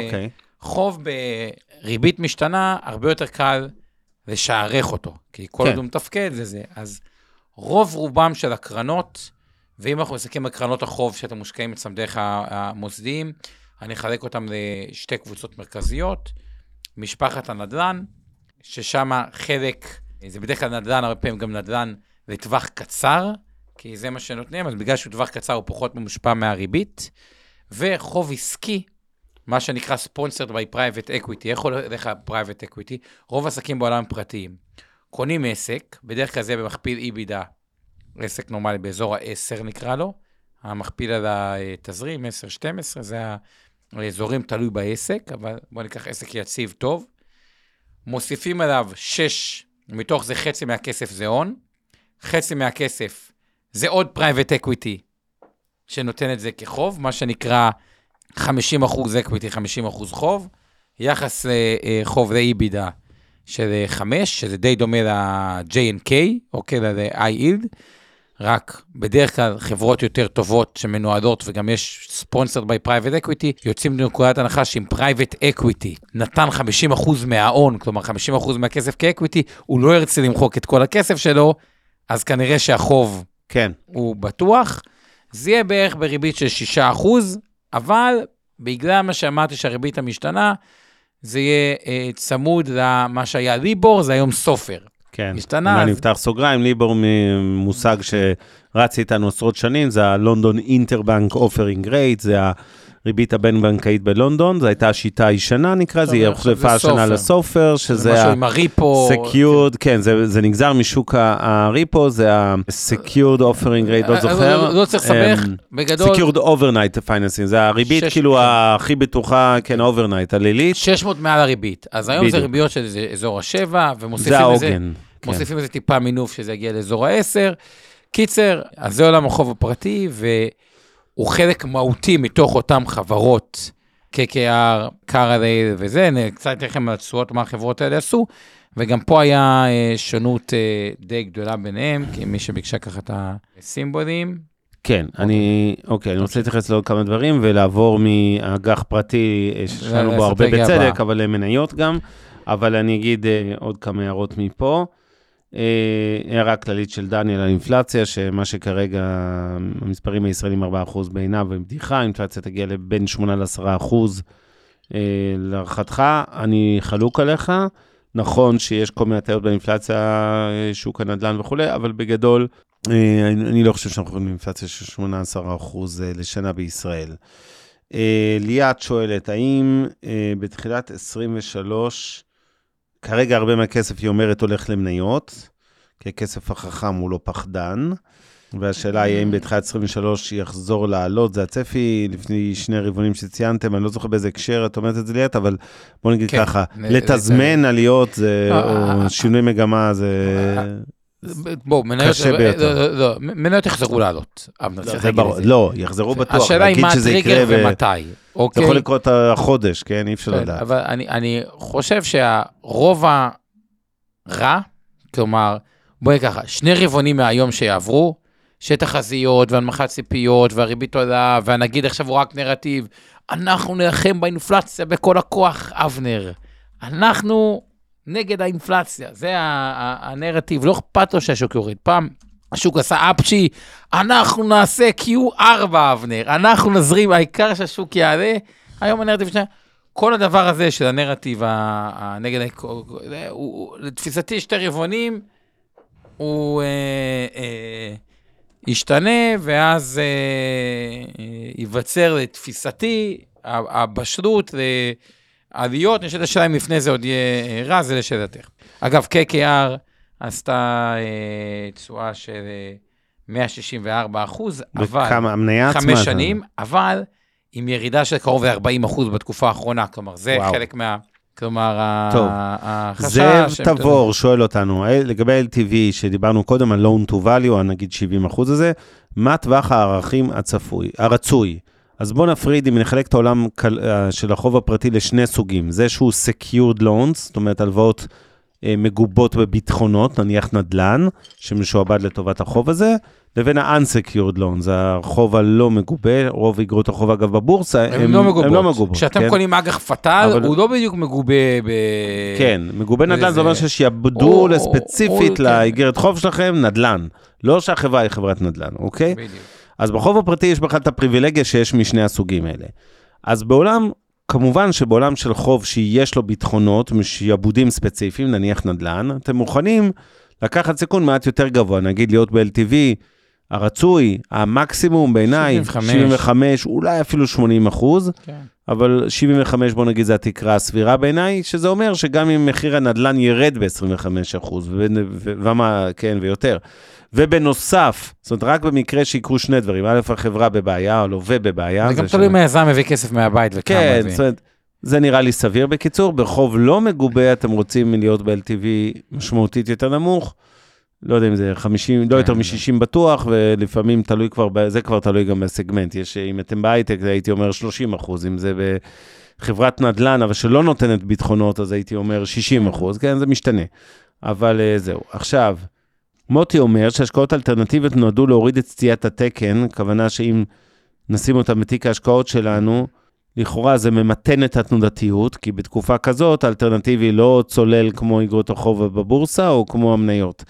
וחוב בריבית משתנה, הרבה יותר קל לשערך אותו, כי כל עוד הוא מתפקד זה זה. אז רוב רובם של הקרנות, ואם אנחנו מסתכלים על קרנות החוב שאתם מושקעים אצלם דרך המוסדיים, אני אחלק אותם לשתי קבוצות מרכזיות, משפחת הנדל"ן, ששם חלק, זה בדרך כלל נדל"ן, הרבה פעמים גם נדל"ן לטווח קצר, כי זה מה שנותנים, אז בגלל שהוא טווח קצר הוא פחות מושפע מהריבית, וחוב עסקי, מה שנקרא sponsored by private equity, איך הולך private equity? רוב עסקים בעולם פרטיים, קונים עסק, בדרך כלל זה במכפיל איבידה, עסק נורמלי באזור ה-עשר נקרא לו, המכפיל על התזרים, עשר שתים עשרה, זה האזורים תלוי בעסק, אבל בואו ניקח עסק יציב טוב, מוסיפים עליו שש, מתוך זה חצי מהכסף זה הון, חצי מהכסף זה עוד private equity, שנותן את זה כחוב, מה שנקרא חמישים אחוז equity, חמישים אחוז חוב, יחס לחוב לאיבידה של חמש, שזה די דומה ל-ג'יי אן קיי, אוקיי, ל-I-Yield, רק בדרך כלל חברות יותר טובות שמנועדות, וגם יש sponsored by private equity, יוצאים לנקודת הנחה שעם private equity נתן חמישים אחוז מההון, כלומר חמישים אחוז מהכסף כאקוויטי, הוא לא ירצה למחוק את כל הכסף שלו, אז כנראה שהחוב כן. הוא בטוח, זה יהיה בערך בריבית של שישה אחוז, אבל בגלל מה שאמרתי שהריבית המשתנה, זה יהיה אה, צמוד למה שהיה ליבור, זה היום סופר. כן, משתנה. אני אפתח סוגריים, ליבור ממושג שרץ איתנו עשרות שנים, זה הלונדון אינטרבנק אופרינג רייט, זה הריבית הבין-בנקאית בלונדון, זו הייתה השיטה הישנה נקרא, זה הוחלפה השנה לסופר, שזה משהו עם הריפו. secured, כן, זה נגזר משוק הריפו, זה ה-secured offering rate, לא זוכר. לא צריך לסבך, בגדול. secured overnight financing, זה הריבית כאילו הכי בטוחה, כן, overnight, הלילית. שש מאות מעל הריבית, אז היום זה ריביות של אזור השבע, ומוסיפים לזה, מוסיפים לזה טיפה מינוף, שזה יגיע לאזור העשר. קיצר, אז זה עולם החוב הפרטי, ו... הוא חלק מהותי מתוך אותם חברות, קיי קיי אר, קארלייל וזה, אני קצת אתן לכם על התשואות מה החברות האלה עשו, וגם פה היה שונות די גדולה ביניהם, כי מי שביקשה ככה את הסימבולים. כן, אני, אוקיי, אני רוצה להתייחס לעוד כמה דברים, ולעבור מאג"ח פרטי, ששאלנו בו הרבה בצדק, אבל מניות גם, אבל אני אגיד עוד כמה הערות מפה. הערה כללית של דניאל על אינפלציה, שמה שכרגע המספרים הישראלים ארבעה אחוז בעיניו ובדיחה, האינפלציה תגיע לבין שמונה עד עשרה אחוז להערכתך, אני חלוק עליך, נכון שיש כל מיני הטיות באינפלציה, שוק הנדל"ן וכו', אבל בגדול, אני לא חושב שאנחנו יכולים אינפלציה של שמונה עד עשרה אחוז לשנה בישראל. ליאת שואלת, האם בתחילת עשרים ושלוש, כרגע הרבה מהכסף, היא אומרת, הולך למניות, כי הכסף החכם הוא לא פחדן, והשאלה היא, האם בתחילת עשרים ושלוש יחזור לעלות, זה הצפי לפני שני רבעונים שציינתם, אני לא זוכר באיזה הקשר, את אומרת את זה ליאת, אבל בוא נגיד ככה, לתזמן עליות, או שינוי מגמה, זה בואו, מניות, קשה ביותר. לא, לא, לא, מניות יחזרו לעלות. לא, יחזרו בטוח. השאלה היא מה הטריגר ומתי. זה יכול לקרות החודש, כן? אי אפשר לדעת. אבל אני חושב שהרוב הרע, כלומר, בואי ככה, שני רבעונים מהיום שיעברו, שתחזיות והנמכת ציפיות והריבית עולה, והנגיד עכשיו הוא רק נרטיב, אנחנו נלחם באינפלציה בכל הכוח, אבנר. אנחנו נגד האינפלציה, זה הנרטיב, לא אכפת לו שהשוק יוריד. פעם השוק עשה אפצ'י, אנחנו נעשה קיו ארבע, אבנר, אנחנו נזרים, העיקר שהשוק יעלה, היום הנרטיב שני, כל הדבר הזה של הנרטיב הנגד, לתפיסתי שתי רבעונים, הוא ישתנה, ואז ייווצר לתפיסתי, הבשלות, העליות, נשאלת השאלה אם לפני זה עוד יהיה רע, זה לשאלתך. אגב, קיי קיי אר עשתה תשואה של מאה שישים וארבעה אחוז, אבל חמש שנים, אבל עם ירידה של קרוב ל-ארבעים אחוז בתקופה האחרונה, כלומר, זה חלק מה... כלומר, החשש... זאב תבור שואל אותנו, לגבי אל טי וי, שדיברנו קודם על loan to value, נגיד שבעים אחוז הזה, מה טווח הערכים הצפוי, הרצוי? אז בוא נפריד, אם נחלק את העולם של החוב הפרטי לשני סוגים, זה שהוא secured loans, זאת אומרת, הלוואות מגובות בביטחונות, נניח נדל"ן, שמשועבד לטובת החוב הזה, לבין ה-unsecured loans, החוב הלא מגובה, רוב איגרות החוב אגב בבורסה, הם, הם, לא, מגובות. הם לא מגובות. כשאתם כן? קונים אג"ח פטל, אבל... הוא לא בדיוק מגובה ב... כן, מגובה נדל"ן, וזה... זה אומר ששיעבדו או, לספציפית או, לאיגרת כן. חוב שלכם, נדל"ן. לא שהחברה היא חברת נדל"ן, אוקיי? בדיוק. אז בחוב הפרטי יש בכלל את הפריבילגיה שיש משני הסוגים האלה. אז בעולם, כמובן שבעולם של חוב שיש לו ביטחונות, משעבודים ספציפיים, נניח נדל"ן, אתם מוכנים לקחת סיכון מעט יותר גבוה, נגיד להיות ב-אל טי וי, הרצוי, המקסימום בעיניי, שבעים וחמש, אולי אפילו שמונים אחוז, כן. אבל שבעים וחמש בוא נגיד זה התקרה הסבירה בעיניי, שזה אומר שגם אם מחיר הנדל"ן ירד ב-עשרים וחמישה אחוז, ומה, כן, ויותר. ובנוסף, זאת אומרת, רק במקרה שיקרו שני דברים, א', החברה בבעיה, או לא ובבעיה. זה גם תלוי מהיזם מביא כסף מהבית וכמה כן, זאת אומרת, זה נראה לי סביר בקיצור, ברחוב לא מגובה, אתם רוצים להיות ב-אל טי וי משמעותית יותר נמוך, לא יודע אם זה חמישים, לא יותר מ-שישים בטוח, ולפעמים תלוי כבר, זה כבר תלוי גם בסגמנט, יש, אם אתם בהייטק, הייתי אומר שלושים אחוז, אם זה בחברת נדל"ן, אבל שלא נותנת ביטחונות, אז הייתי אומר שישים אחוז, כן, זה משתנה. אבל זהו. עכשיו, מוטי אומר שהשקעות אלטרנטיביות נועדו להוריד את סטיית התקן, כוונה שאם נשים אותם בתיק ההשקעות שלנו, לכאורה זה ממתן את התנודתיות, כי בתקופה כזאת האלטרנטיבי לא צולל כמו איגרות החוב בבורסה, או כמו המניות.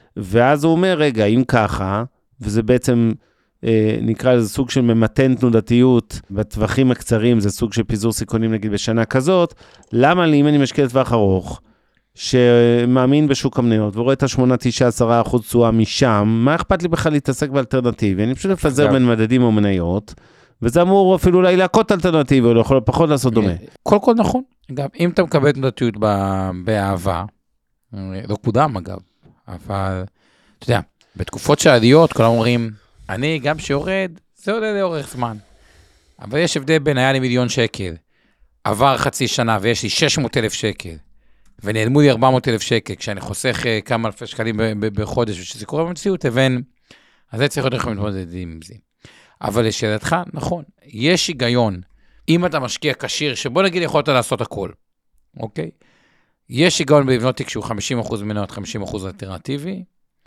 ואז הוא אומר, רגע, אם ככה, וזה בעצם אה, נקרא לזה סוג של ממתן תנודתיות, בטווחים הקצרים זה סוג של פיזור סיכונים נגיד בשנה כזאת, למה לי אם אני משקיע לטווח ארוך, שמאמין בשוק המניות, ורואה את ה-שמונה, תשע, עשרה אחוז תשואה משם, מה אכפת לי בכלל להתעסק באלטרנטיבי? אני פשוט לפזר בין מדדים או מניות, וזה אמור אפילו אולי להקות אלטרנטיבי, או לא יכול פחות לעשות דומה. כל כל נכון. אגב, אם אתה מקבל תנודתיות באהבה, לא קודם אגב, אבל, אתה יודע, בתקופות שעדיות, כולם אומרים, אני גם שיורד, זה עולה לאורך זמן. אבל יש הבדל בין היה לי מיליון שקל, עבר חצי שנה ויש לי שש מאות אלף שקל, ונעלמו לי ארבע מאות אלף שקל, כשאני חוסך כמה אלפי שקלים בחודש, ושזה קורה במציאות, לבין, אז זה צריך להיות איך מתמודדים עם זה. אבל לשאלתך, נכון, יש היגיון, אם אתה משקיע קשיר, שבוא נגיד יכולת לעשות הכל, אוקיי? יש היגיון בלבנות תיק שהוא חמישים אחוז מניות, חמישים אחוז אלטרנטיבי,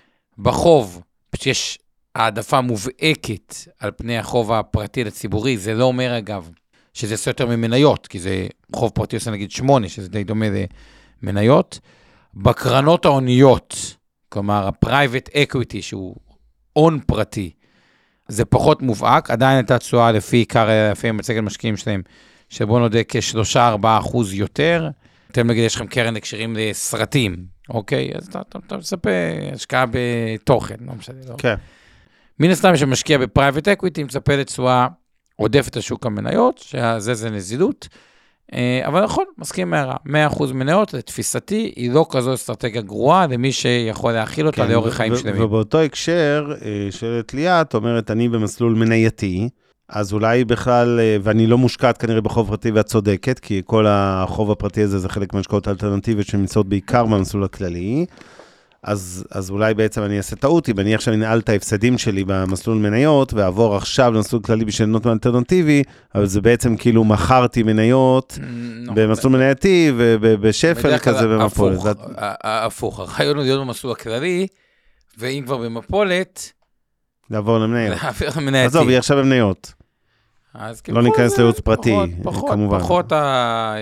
בחוב, שיש העדפה מובהקת על פני החוב הפרטי לציבורי, זה לא אומר אגב, שזה עושה יותר ממניות, כי זה חוב פרטי עושה נגיד שמונה, שזה די דומה למניות, בקרנות העוניות, כלומר ה-private equity, שהוא הון פרטי, זה פחות מובהק, עדיין הייתה תשואה לפי עיקר, לפי המצגת משקיעים שלהם, שבוא נודה כשלושה ארבעה אחוז יותר, אתם נגיד יש לכם קרן הקשרים לסרטים, אוקיי? אז אתה, אתה, אתה מספר השקעה בתוכן, לא משנה. לא. כן. מן הסתם שמשקיע בפרייבט אקוויטי, מצפה לתשואה עודפת לשוק המניות, שזה זה נזילות, אבל נכון, מסכים מהרה, מאה אחוז מניות, לתפיסתי, היא לא כזו אסטרטגיה גרועה, למי שיכול להכיל אותה כן, לאורך חיים שלמים. ובאותו הקשר, שואלת ליאת, אומרת, אני במסלול מנייתי, אז אולי בכלל, ואני לא מושקעת כנראה בחוב פרטי ואת צודקת, כי כל החוב הפרטי הזה זה חלק מהשקעות אלטרנטיביות שנמצאות בעיקר במסלול הכללי, אז, אז אולי בעצם אני אעשה טעות, אם אני עכשיו אנעל את ההפסדים שלי במסלול מניות, ועבור עכשיו למסלול כללי בשביל ליהנות מאלטרנטיבי, אבל זה בעצם כאילו מכרתי מניות במסלול מנייתי, ובשפל כזה במפולת. הפוך, הרעיון הוא להיות במסלול הכללי, ואם כבר במפולת, לעבור למניות. למנייתי. עזוב, היא עכשיו במניות. לא ניכנס לייעוץ פרטי, כמובן. פחות ה...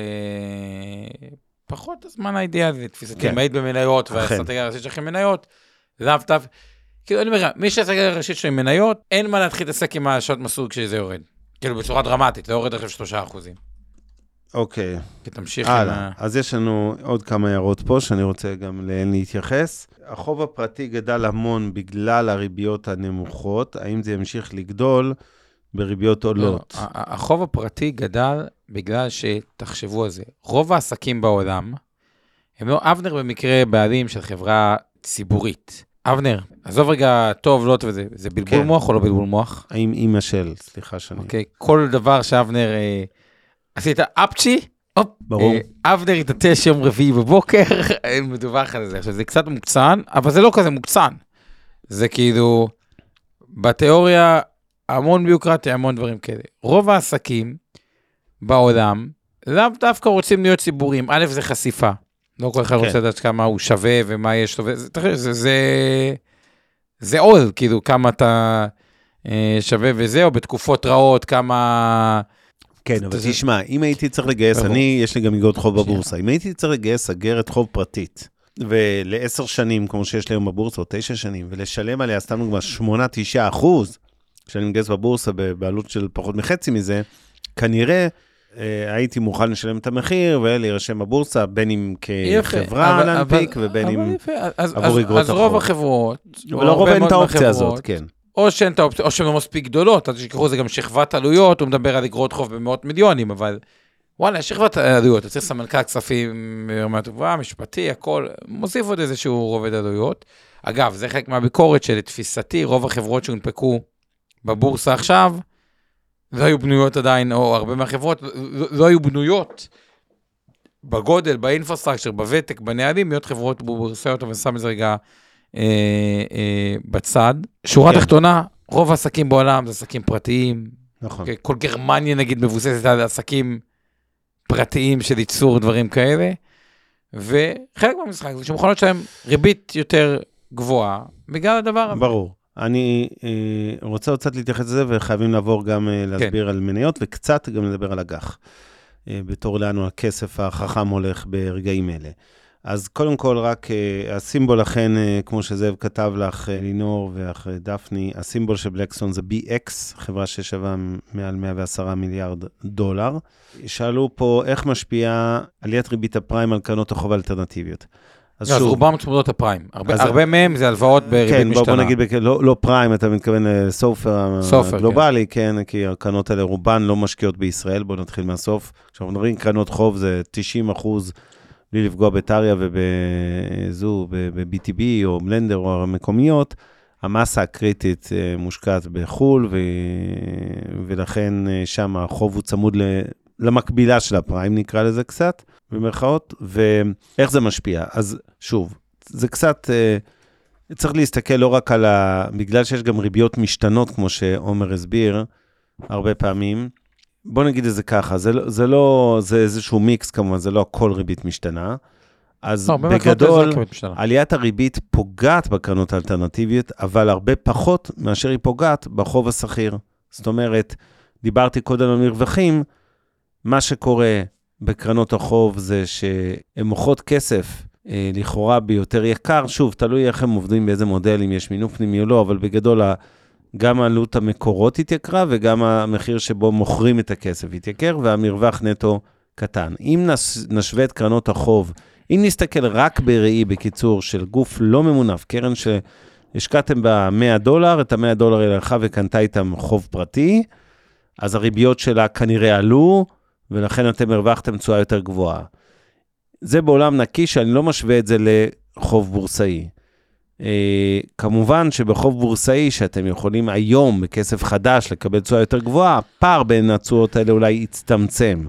פחות הזמן האידיאלי, תפיסתי, אם היית במניות, והאסטרטגיה הראשית שלכם מניות, לאו דו, כאילו, אני אומר, מי שהאסטרטגיה הראשית שלכם מניות, אין מה להתחיל להתעסק עם השעות מסלול כשזה יורד. כאילו, בצורה דרמטית, לא יורד עכשיו שלושה אחוזים. אוקיי. כי תמשיך עם ה... אז יש לנו עוד כמה הערות פה, שאני רוצה גם להן להתייחס. החוב הפרטי גדל המון בגלל הריביות הנמוכות, האם זה ימשיך לגדול בריביות עולות? החוב הפרטי גדל בגלל שתחשבו על זה. רוב העסקים בעולם, הם לא, אבנר במקרה בעלים של חברה ציבורית. אבנר, עזוב רגע טוב, לא טוב, זה בלבול מוח או לא בלבול מוח? האם אימא של, סליחה שאני... אוקיי, כל דבר שאבנר, עשית אפצ'י, ברור. אבנר התעטש יום רביעי בבוקר, מדווח על זה. עכשיו, זה קצת מוקצן, אבל זה לא כזה מוקצן. זה כאילו, בתיאוריה, המון ביוקרטיה, המון דברים כאלה. רוב העסקים בעולם, לאו דווקא רוצים להיות ציבוריים. א', זה חשיפה. לא כל אחד רוצה לדעת כמה הוא שווה ומה יש לו. זה עול, כאילו, כמה אתה שווה וזה, או בתקופות רעות, כמה... כן, אבל תשמע, אם הייתי צריך לגייס, אני, יש לי גם איגרות חוב בבורסה, אם הייתי צריך לגייס אגרת חוב פרטית, ולעשר שנים, כמו שיש לי היום בבורסה, או תשע שנים, ולשלם עליה, סתם נגמר, שמונה, תשעה אחוז, כשאני מגייס בבורסה, בעלות של פחות מחצי מזה, כנראה, הייתי מוכן לשלם את המחיר, ולהירשם בבורסה, בין אם כחברה להנפיק, ובין אם עבור איגרות החוב. אז רוב החברות, ולא רוב אין את האופציה הזאת, כן. או שהן את האופציה, או שהן לא מספיק גדולות, אז שכחו זה גם שכבת עלויות, הוא מדבר על איגרות חוב במאות מיליונים, אבל וואלה, שכבת עלויות, אתה צריך סמנכ"ל כספים ברמה טובה, משפטי, הכל, מוסיף עוד איזשהו רובד עלויות. אגב, זה חלק מהביקורת של תפיסתי, רוב החברות שהונפקו בבורסה עכשיו, לא היו בנויות עדיין, או הרבה מהחברות, לא, לא היו בנויות בגודל, באינפרסטרקצ'ר, בוותק, בנהלים, להיות חברות בורסאיות, אבל שם את זה רגע אה, אה, בצד. שורה כן. תחתונה, רוב העסקים בעולם זה עסקים פרטיים. נכון. כל גרמניה נגיד מבוססת על עסקים פרטיים של ייצור דברים כאלה, וחלק מהמשחק זה שמוכנות שלהם ריבית יותר גבוהה, בגלל הדבר הזה. ברור. אני אה, רוצה קצת להתייחס לזה, וחייבים לעבור גם אה, להסביר כן. על מניות, וקצת גם לדבר על אג"ח. אה, בתור לנו הכסף החכם הולך ברגעים אלה. אז קודם כל רק אה, הסימבול לכן, אה, כמו שזאב כתב לך, אה, לינור ואחרי דפני, הסימבול של בלקסטון זה בי אקס, חברה ששווה מעל מאה ועשרה מיליארד דולר. שאלו פה איך משפיעה עליית ריבית הפריים על קרנות החוב האלטרנטיביות. אז, אז רובם צמודות הפריים. הרבה, אז, הרבה מהם זה הלוואות בריבית כן, משתנה. כן, בוא נגיד, לא, לא פריים, אתה מתכוון לסופר הגלובלי, כן. כן, כי הקרנות האלה רובן לא משקיעות בישראל, בואו נתחיל מהסוף. כשאנחנו מדברים קרנות חוב זה תשעים אחוז בלי לפגוע בטריה ובזו, ב-בי טי בי או בלנדר או המקומיות, המסה הקריטית מושקעת בחול, ו... ולכן שם החוב הוא צמוד ל... למקבילה של הפריים, נקרא לזה קצת, במרכאות, ואיך זה משפיע? אז שוב, זה קצת, צריך להסתכל לא רק על ה... בגלל שיש גם ריביות משתנות, כמו שעומר הסביר, הרבה פעמים, בוא נגיד את זה ככה, זה, זה לא, זה איזשהו מיקס כמובן, זה לא הכל ריבית משתנה, אז בגדול, עליית הריבית פוגעת בקרנות האלטרנטיביות, אבל הרבה פחות מאשר היא פוגעת בחוב השכיר. זאת אומרת, דיברתי קודם על מרווחים, מה שקורה בקרנות החוב זה שהן מוכרות כסף אה, לכאורה ביותר יקר, שוב, תלוי איך הם עובדים באיזה מודל, אם יש מינוף פנימי או לא, אבל בגדול גם עלות המקורות התייקרה, וגם המחיר שבו מוכרים את הכסף התייקר, והמרווח נטו קטן. אם נשווה את קרנות החוב, אם נסתכל רק בראי בקיצור של גוף לא ממונף, קרן שהשקעתם בה מאה דולר, את ה-מאה דולר הלכה וקנתה איתם חוב פרטי, אז הריביות שלה כנראה עלו, ולכן אתם הרווחתם תשואה יותר גבוהה. זה בעולם נקי שאני לא משווה את זה לחוב בורסאי. אה, כמובן שבחוב בורסאי שאתם יכולים היום בכסף חדש לקבל תשואה יותר גבוהה, הפער בין התשואות האלה אולי יצטמצם.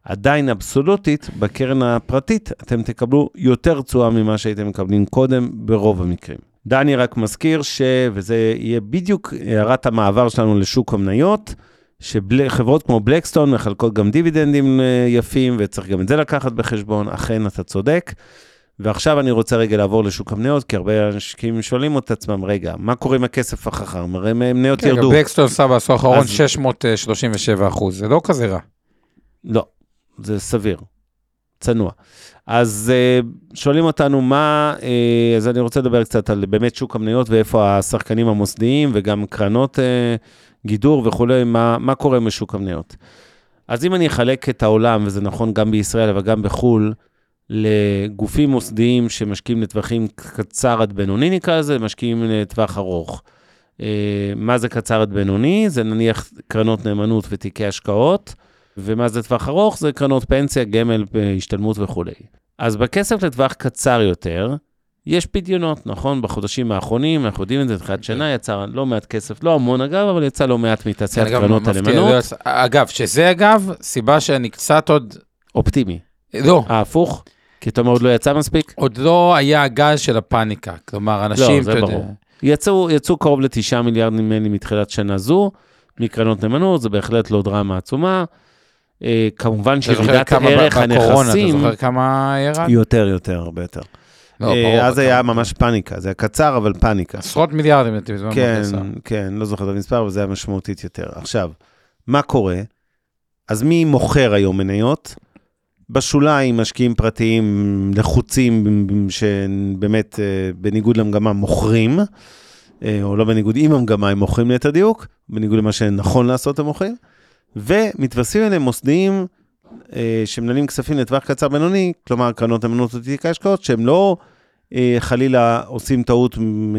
עדיין אבסולוטית, בקרן הפרטית, אתם תקבלו יותר תשואה ממה שהייתם מקבלים קודם, ברוב המקרים. דני רק מזכיר ש... וזה יהיה בדיוק הערת המעבר שלנו לשוק המניות, שחברות כמו בלקסטון מחלקות גם דיבידנדים יפים, וצריך גם את זה לקחת בחשבון, אכן אתה צודק. ועכשיו אני רוצה רגע לעבור לשוק המניות, כי הרבה אנשים שואלים את עצמם, רגע, מה קורה עם הכסף החכם? הרי מניות ירדו. בלקסטון עשה בעשור האחרון שש מאות שלושים ושבע אחוז, זה לא כזה רע. לא, זה סביר, צנוע. אז שואלים אותנו מה, אז אני רוצה לדבר קצת על באמת שוק המניות, ואיפה השחקנים המוסדיים, וגם קרנות גידור וכולי, מה, מה קורה בשוק המניות. אז אם אני אחלק את העולם, וזה נכון גם בישראל, אבל גם בחול, לגופים מוסדיים שמשקיעים לטווחים קצר עד בינוני, נקרא לזה, משקיעים לטווח ארוך. מה זה קצר עד בינוני? זה נניח קרנות נאמנות ותיקי השקעות, ומה זה טווח ארוך? זה קרנות פנסיה, גמל, השתלמות וכו'. אז בכסף לטווח קצר יותר, יש פדיונות, נכון? בחודשים האחרונים, אנחנו יודעים את זה, תחילת שנה יצא לא מעט כסף, לא המון אגב, אבל יצא לא מעט מתעשיית קרנות הנאמנות. אגב, שזה אגב, סיבה שאני קצת עוד... אופטימי. לא. ההפוך? כי אתה אומר, עוד לא יצא מספיק? עוד לא היה הגז של הפאניקה, כלומר, אנשים... לא, זה ברור. יצאו, יצאו קרוב לתשעה מיליארד נמני מתחילת שנה זו, מקרנות נאמנות, זה בהחלט לא דרמה עצומה. אה, כמובן שירידת הערך הנכסים... אתה זוכר כמה ירד? יותר, יותר, הרבה יותר. לא, ברור, אז היה ממש פאניקה, זה היה קצר, אבל פאניקה. עשרות מיליארדים, נתיב, זמן כן, מכניסה. כן, לא זוכר את המספר, אבל זה היה משמעותית יותר. עכשיו, מה קורה? אז מי מוכר היום מניות? בשוליים משקיעים פרטיים לחוצים שבאמת בניגוד למגמה מוכרים, או לא בניגוד עם המגמה הם מוכרים ליתר דיוק, בניגוד למה שנכון לעשות הם מוכרים, ומתווספים אליהם מוסדיים שמנהלים כספים לטווח קצר בינוני, כלומר קרנות נאמנות ותיקי השקעות, שהם לא חלילה עושים טעות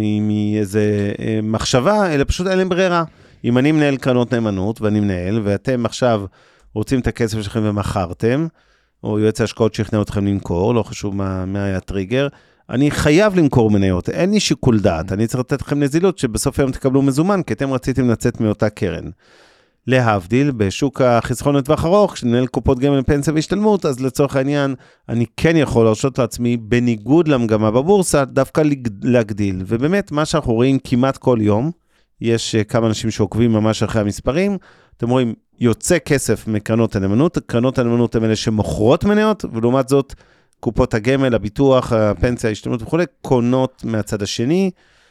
מאיזה מחשבה, אלא פשוט אין להם ברירה. אם אני מנהל קרנות נאמנות ואני מנהל, ואתם עכשיו רוצים את הכסף שלכם ומכרתם, או יועץ ההשקעות שיכנע אתכם למכור, לא חשוב מה, מה היה הטריגר, אני חייב למכור מניות, אין לי שיקול דעת, אני צריך לתת לכם נזילות שבסוף היום תקבלו מזומן, כי אתם רציתם לצאת מאותה קרן. להבדיל, בשוק החסכון לטווח ארוך, כשנהל קופות גמל פנסיה והשתלמות, אז לצורך העניין, אני כן יכול להרשות לעצמי, בניגוד למגמה בבורסה, דווקא להגדיל. ובאמת, מה שאנחנו רואים כמעט כל יום, יש כמה אנשים שעוקבים ממש אחרי המספרים, אתם רואים, יוצא כסף מקרנות הנאמנות, קרנות הנאמנות הן אלה שמוכרות מניות, ולעומת זאת, קופות הגמל, הביטוח, הפנסיה, ההשתלמות וכו', קונות מהצד השני,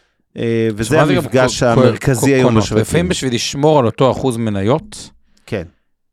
וזה המפגש המרכזי היום בשווקים. לפעמים בשביל לשמור על אותו אחוז מניות, כן.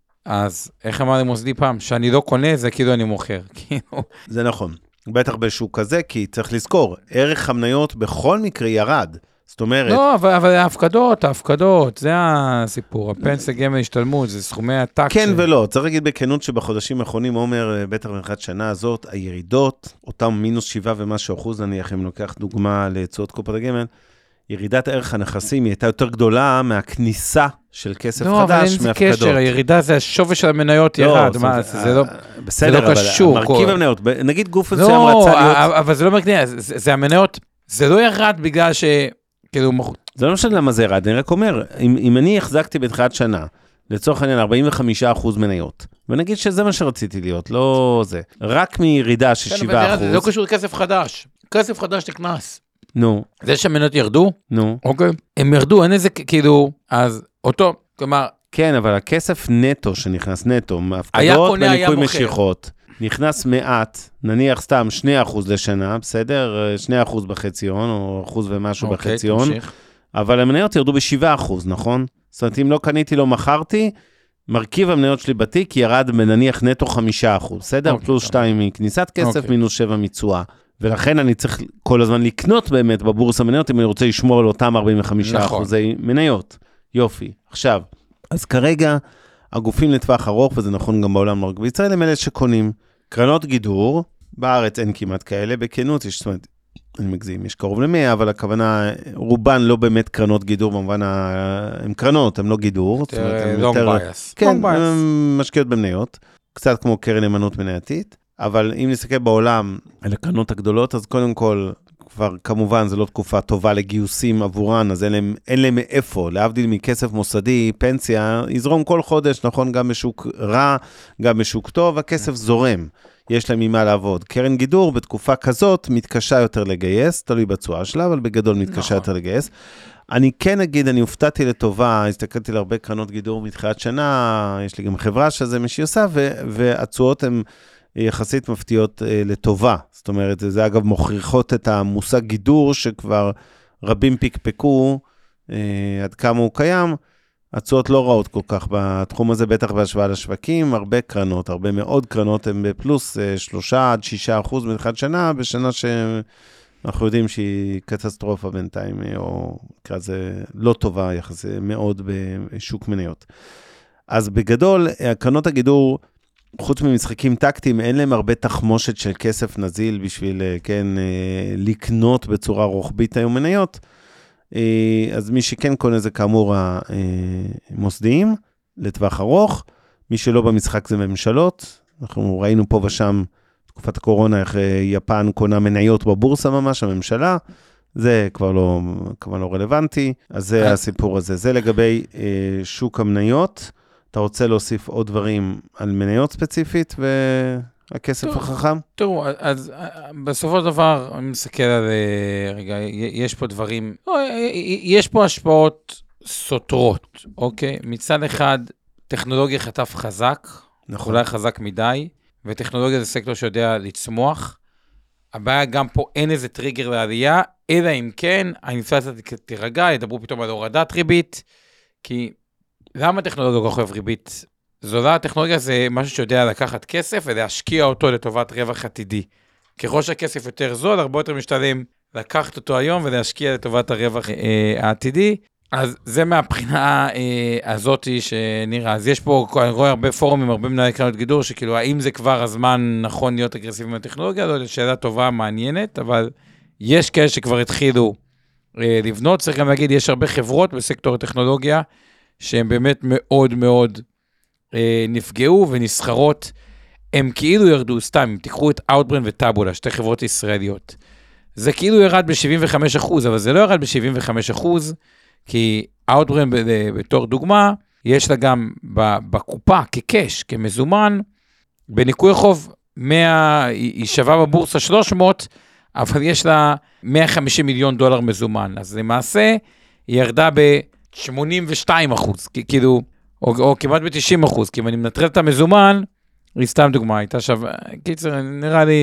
אז איך אמר לי מוסדי פעם? שאני לא קונה, זה כאילו אני מוכר. זה נכון. בטח בשוק כזה, כי צריך לזכור, ערך המניות בכל מקרה ירד. זאת אומרת... לא, אבל, אבל ההפקדות, ההפקדות, זה הסיפור. הפנסיה גמל השתלמות, זה סכומי עתק. כן ש... ולא, צריך להגיד בכנות שבחודשים האחרונים, עומר, בטח במחצית שנה הזאת, הירידות, אותם מינוס שבעה ומשהו אחוז, נניח אם לוקח דוגמה לתשואות קופות הגמל, ירידת ערך הנכסים היא הייתה יותר גדולה מהכניסה של כסף לא, חדש, אבל אין זה קשר, הירידה זה השווי של המניות לא, ירד, זאת, מה, זה, זה לא, בסדר, זה לא אבל קשור. מרכיב המניות, נגיד גוף מסוים לא, רצה להיות... אבל זה לא מרכיב, זה, זה המניות, זה לא ירד בגלל ש... כאילו... זה לא משנה למה זה ירד, אני רק אומר, אם, אם אני החזקתי בתחילת שנה, לצורך העניין ארבעים וחמישה אחוז מניות, ונגיד שזה מה שרציתי להיות, לא זה, רק מירידה של שבעה אחוז. זה לא קשור לכסף חדש, כסף חדש תכנס. נו. זה שהמניות ירדו? נו. אוקיי. הם ירדו, אין איזה, כאילו, אז אותו, כלומר... כן, אבל הכסף נטו שנכנס נטו, הפקדות בניקוי משיכות, נכנס מעט, נניח סתם שני אחוז לשנה, בסדר? שני אחוז בחציון, או אחוז ומשהו אוקיי, בחציון. תמשיך. אבל המניות ירדו ב-שבעה אחוז, נכון? זאת אומרת, אם לא קניתי, לא מכרתי, מרכיב המניות שלי בתיק ירד בנניח נטו חמישה אחוז, בסדר? אוקיי, פלוס שתיים אוקיי. מכניסת כסף, אוקיי. מינוס שבע מצועה. ולכן אני צריך כל הזמן לקנות באמת בבורסה מניות, אם אני רוצה לשמור על אותם ארבעים וחמישה אחוזי נכון. מניות. יופי. עכשיו, אז כרגע, הגופים לטווח ארוך, וזה נכון גם בעולם נורג בישראל, הם אלה שקונים קרנות גידור, בארץ אין כמעט כאלה, בכנות, יש, זאת אומרת, אני מגזים, יש קרוב ל-מאה, אבל הכוונה, רובן לא באמת קרנות גידור, במובן, הם קרנות, הם לא גידור. long bias. כן, הם משקיעות במניות, קצת כמו קרן נאמנות מנייתית, אבל אם נסתכל בעולם על הקרנות הגדולות, אז קודם כל, כבר כמובן זו לא תקופה טובה לגיוסים עבורן, אז אין להם, אין להם מאיפה, להבדיל מכסף מוסדי, פנסיה, יזרום כל חודש, נכון, גם בשוק רע, גם בשוק טוב, הכסף זורם, יש להם ממה לעבוד. קרן גידור בתקופה כזאת מתקשה יותר לגייס, תלוי בצועה שלה, אבל בגדול מתקשה נכון. יותר לגייס. אני כן אגיד, אני הופתעתי לטובה, הסתכלתי להרבה קרנות גידור מתחילת שנה, יש לי גם חברה שזה מה שהיא עושה, והצועות הן יחסית מפתיעות אה, לטובה. זאת אומרת, זה אגב מוכיחות את המושג גידור, שכבר רבים פיקפקו אה, עד כמה הוא קיים, הצועות לא רעות כל כך בתחום הזה, בטח בהשוואה לשווקים, הרבה קרנות, הרבה מאוד קרנות, הן בפלוס אה, שלושה עד שישה אחוז מתחילת שנה, בשנה ש... אנחנו יודעים שהיא קטסטרופה בינתיים, או כזה לא טובה יחסי מאוד בשוק מניות. אז בגדול, הקרנות הגידור, חוץ ממשחקים טקטיים, אין להם הרבה תחמושת של כסף נזיל בשביל, כן, לקנות בצורה רוחבית היום מניות. אז מי שכן קונה זה כאמור המוסדיים, לטווח ארוך. מי שלא במשחק זה ממשלות. אנחנו ראינו פה ושם, תקופת הקורונה, איך יפן קונה מניות בבורסה ממש, הממשלה, זה כבר לא, כבר לא רלוונטי, אז זה הסיפור הזה. זה לגבי אה, שוק המניות. אתה רוצה להוסיף עוד דברים על מניות ספציפית, והכסף טוב, החכם? תראו, אז בסופו של דבר, אני מסתכל על, רגע, יש פה דברים, יש פה השפעות סותרות, אוקיי? מצד אחד, טכנולוגיה חטף חזק, נכון. אולי חזק מדי, וטכנולוגיה זה סקטור שיודע לצמוח. הבעיה גם פה אין איזה טריגר לעלייה, אלא אם כן, האינפלציה תירגע, ידברו פתאום על הורדת ריבית, כי למה טכנולוגיה כל כך אוהב ריבית זולה? הטכנולוגיה זה משהו שיודע לקחת כסף ולהשקיע אותו לטובת רווח עתידי. ככל שהכסף יותר זול, הרבה יותר משתלם לקחת אותו היום ולהשקיע לטובת הרווח אה, העתידי. אז זה מהבחינה אה, הזאת שנראה. אז יש פה, אני רואה הרבה פורומים, הרבה מנהלי קרנות גידור, שכאילו, האם זה כבר הזמן נכון להיות אגרסיבי מהטכנולוגיה? לא, זו שאלה טובה, מעניינת, אבל יש כאלה שכבר התחילו אה, לבנות. צריך גם להגיד, יש הרבה חברות בסקטור הטכנולוגיה, שהן באמת מאוד מאוד אה, נפגעו ונסחרות. הם כאילו ירדו, סתם, אם תיקחו את Outbrain וטאבולה, שתי חברות ישראליות. זה כאילו ירד ב-שבעים וחמישה אחוז, אבל זה לא ירד ב-שבעים וחמישה אחוז, כי Outbrain בתור דוגמה, יש לה גם בקופה, כקש, כמזומן, בניקוי חוב, מאה, היא שווה בבורסה שלוש מאות, אבל יש לה מאה וחמישים מיליון דולר מזומן. אז למעשה, היא ירדה ב-שמונים ושתיים אחוז, כאילו, או, או כמעט ב-תשעים אחוז, כי אם אני מנטרל את המזומן, היא סתם דוגמה, הייתה שווה, קיצר, נראה לי,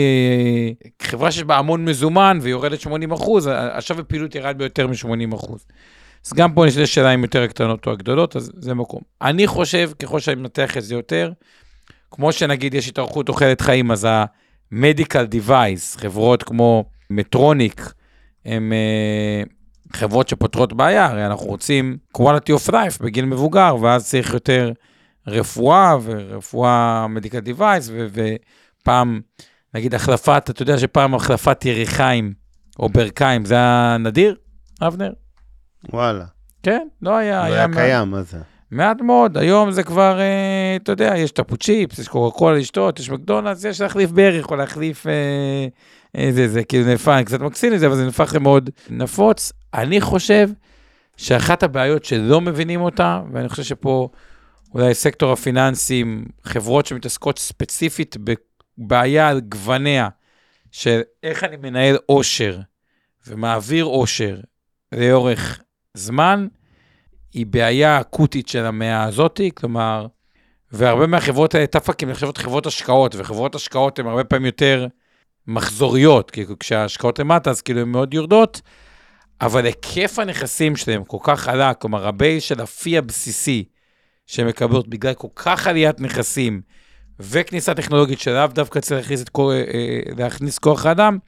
חברה שיש בה המון מזומן, והיא יורדת שמונים אחוז, השווה פעילות ירד ביותר מ-שמונים אחוז. אז גם פה נשאלה שאלה אם יותר הקטנות או הגדולות, אז זה מקום. אני חושב, ככל שאני מנתח את זה יותר, כמו שנגיד יש התארכות תוחלת חיים, אז ה-medical device, חברות כמו מטרוניק, הן uh, חברות שפותרות בעיה, הרי אנחנו רוצים quality of life בגיל מבוגר, ואז צריך יותר רפואה, ורפואה medical device, ו- ופעם, נגיד החלפת, אתה יודע שפעם החלפת יריחיים, או ברכיים, זה הנדיר, אבנר? וואלה. כן, לא היה. לא היה, היה קיים, מה זה? מעט מאוד, היום זה כבר, אה, אתה יודע, יש טפו צ'יפס, יש קוקה קולה לשתות, יש מקדונלדס, יש להחליף בערך, או להחליף, אה, אה, זה, זה כאילו נפח, קצת מקסין את זה, אבל זה נפח מאוד נפוץ. אני חושב שאחת הבעיות שלא מבינים אותה, ואני חושב שפה אולי סקטור הפיננסים, חברות שמתעסקות ספציפית בבעיה על גווניה, של איך אני מנהל עושר, ומעביר עושר לאורך זמן, היא בעיה אקוטית של המאה הזאת, כלומר, והרבה מהחברות האלה תפקים לחשבות חברות השקעות, וחברות השקעות הן הרבה פעמים יותר מחזוריות, כי כשההשקעות למטה, אז כאילו הן מאוד יורדות, אבל היקף הנכסים שלהם כל כך עלה, כלומר, הבייס של הפי הבסיסי, שהן מקבלות בגלל כל כך עליית נכסים, וכניסה טכנולוגית שלאו דווקא צריך להכניס, את כל, להכניס כוח האדם,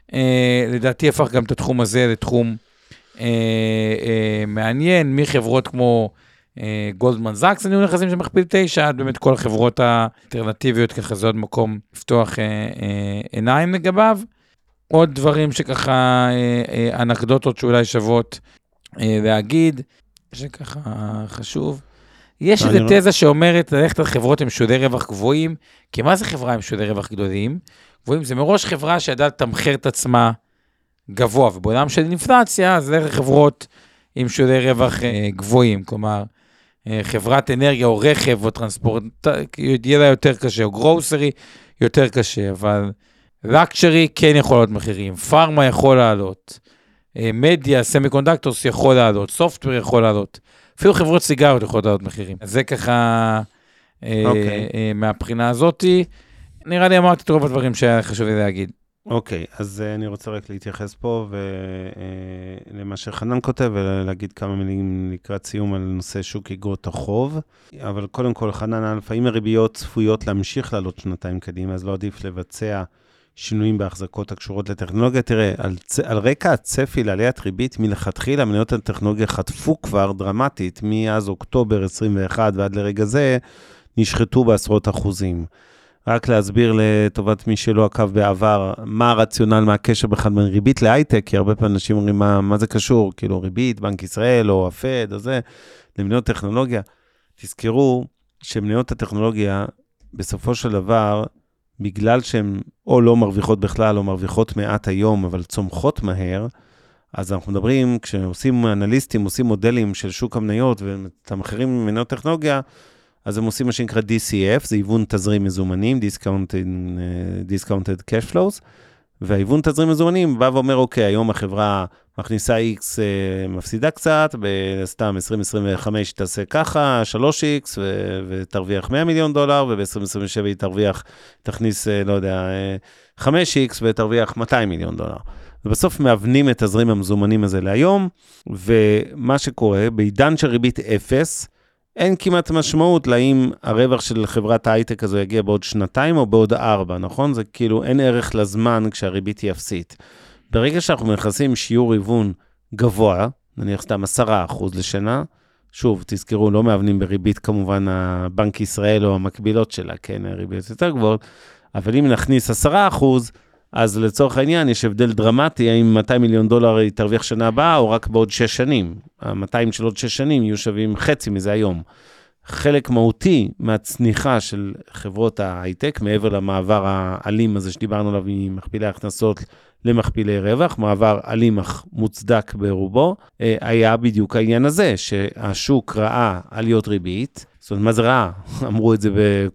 לדעתי הפך גם את התחום הזה לתחום אה, אה, מעניין, מחברות כמו אה, גולדמן זאקס, אני נכנסים שמכפיל תשע, עד באמת כל החברות האלטרנטיביות, ככה זה עוד מקום לפתוח אה, אה, עיניים לגביו. עוד דברים שככה, אה, אה, אנקדוטות שאולי שוות אה, להגיד, שככה חשוב. יש איזו תזה שאומרת ללכת על חברות עם שולי רווח גבוהים, כי מה זה חברה עם שולי רווח גדולים? גבוהים זה מראש חברה שידעה לתמחר את עצמה, גבוה, ובעולם של אינפלציה, זה חברות עם שולי רווח גבוהים, כלומר, חברת אנרגיה או רכב או טרנספורט, יהיה לה יותר קשה, או גרוסרי יותר קשה, אבל לקצ'רי כן יכול לעלות מחירים, פארמה יכול לעלות, מדיה, סמיקונדקטורס יכול לעלות, סופטוור יכול לעלות, אפילו חברות סיגריות יכולות לעלות מחירים. אז זה ככה, okay. מהבחינה הזאת, נראה לי אמרתי את רוב הדברים שהיה חשוב לי להגיד. אוקיי, okay, אז uh, אני רוצה רק להתייחס פה ולמה uh, שחנן כותב, ולהגיד כמה מילים לקראת סיום על נושא שוק איגרות החוב. אבל קודם כל, חנן, אלפא, אם הריביות צפויות להמשיך לעלות שנתיים קדימה, אז לא עדיף לבצע שינויים בהחזקות הקשורות לטכנולוגיה. תראה, על, על רקע הצפי לעליית ריבית, מלכתחילה מניות הטכנולוגיה חטפו כבר דרמטית, מאז אוקטובר עשרים ואחת ועד לרגע זה, נשחטו בעשרות אחוזים. רק להסביר לטובת מי שלא עקב בעבר, מה הרציונל, מה הקשר בכלל בין ריבית להייטק, כי הרבה פעמים אנשים אומרים, מה, מה זה קשור? כאילו ריבית, בנק ישראל או הפד או זה, למניות טכנולוגיה. תזכרו שמניות הטכנולוגיה, בסופו של דבר, בגלל שהן או לא מרוויחות בכלל, או מרוויחות מעט היום, אבל צומחות מהר, אז אנחנו מדברים, כשעושים אנליסטים, עושים מודלים של שוק המניות, ומתמחרים ממניות טכנולוגיה, אז הם עושים מה שנקרא די סי אף, זה היוון תזרים מזומנים, Discounted, Discounted Cash Flows, והיוון תזרים מזומנים בא ואומר, אוקיי, היום החברה מכניסה X, מפסידה קצת, בסתם עשרים עשרים וחמש תעשה ככה, שלוש איקס, ותרוויח מאה מיליון דולר, וב-עשרים עשרים ושבע היא תרוויח, תכניס, לא יודע, חמש איקס, ותרוויח מאתיים מיליון דולר. ובסוף מאבנים את תזרים המזומנים הזה להיום, ומה שקורה, בעידן של ריבית אפס, אין כמעט משמעות להאם הרווח של חברת ההייטק הזו יגיע בעוד שנתיים או בעוד ארבע, נכון? זה כאילו אין ערך לזמן כשהריבית היא אפסית. ברגע שאנחנו מנכסים שיעור היוון גבוה, נניח סתם עשרה אחוז לשנה, שוב, תזכרו, לא מאבנים בריבית כמובן הבנק ישראל או המקבילות שלה, כן, ריבית יותר גבוהות, אבל אם נכניס עשרה אחוז, אז לצורך העניין יש הבדל דרמטי, האם מאתיים מיליון דולר היא תרוויח שנה הבאה, או רק בעוד שש שנים. ה-מאתיים של עוד שש שנים יהיו שווים חצי מזה היום. חלק מהותי מהצניחה של חברות ההייטק, מעבר למעבר האלים הזה שדיברנו עליו, ממכפילי הכנסות למכפילי רווח, מעבר אלים אך מוצדק ברובו, היה בדיוק העניין הזה, שהשוק ראה עליות ריבית, זאת אומרת, מה זה רע? אמרו את זה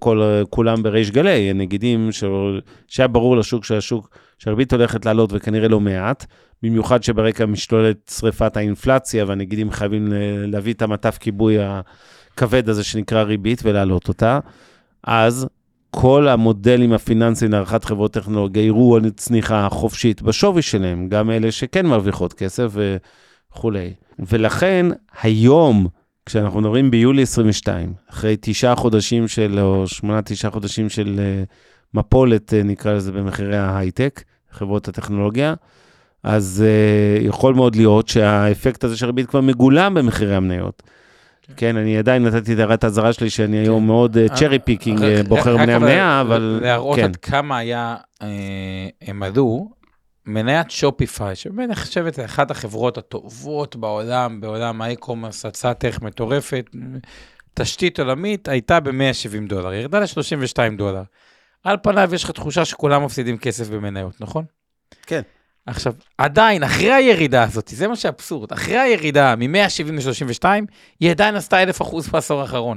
בכולם בריש גלי, נגידים שהיה ברור לשוק שהשוק, שהריבית הולכת לעלות וכנראה לא מעט, במיוחד שברקע משתוללת שריפת האינפלציה, והנגידים חייבים להביא את המטף כיבוי הכבד הזה שנקרא ריבית ולהעלות אותה. אז כל המודלים הפיננסיים להערכת חברות טכנולוגיה יראו על צניחה חופשית בשווי שלהם, גם אלה שכן מרוויחות כסף וכו'. ולכן היום, כשאנחנו מדברים ביולי עשרים ושתיים, אחרי תשעה חודשים של, או שמונה תשעה חודשים של uh, מפולת, uh, נקרא לזה במחירי ההייטק, חברות הטכנולוגיה, אז uh, יכול מאוד להיות שהאפקט הזה של ריבית כבר מגולם במחירי המניות. כן, כן אני עדיין נתתי את הערת הזרה שלי, שאני כן. היום מאוד צ'רי פיקינג, בוחר מניה מניה, אבל... להראות כן. עד כמה היה, uh, הם עלו, מניית שופיפיי, שבאמת נחשבת לאחת החברות הטובות בעולם, בעולם האי-קומרס, הצעת ערך מטורפת, תשתית עולמית, הייתה ב-מאה ושבעים דולר, ירדה ל-שלושים ושתיים דולר. על פניו יש לך תחושה שכולם מפסידים כסף במניות, נכון? כן. עכשיו, עדיין, אחרי הירידה הזאת, זה מה שאבסורד, אחרי הירידה מ-מאה ושבעים ל-שלושים ושתיים, היא עדיין עשתה אלף אחוז בעשור האחרון.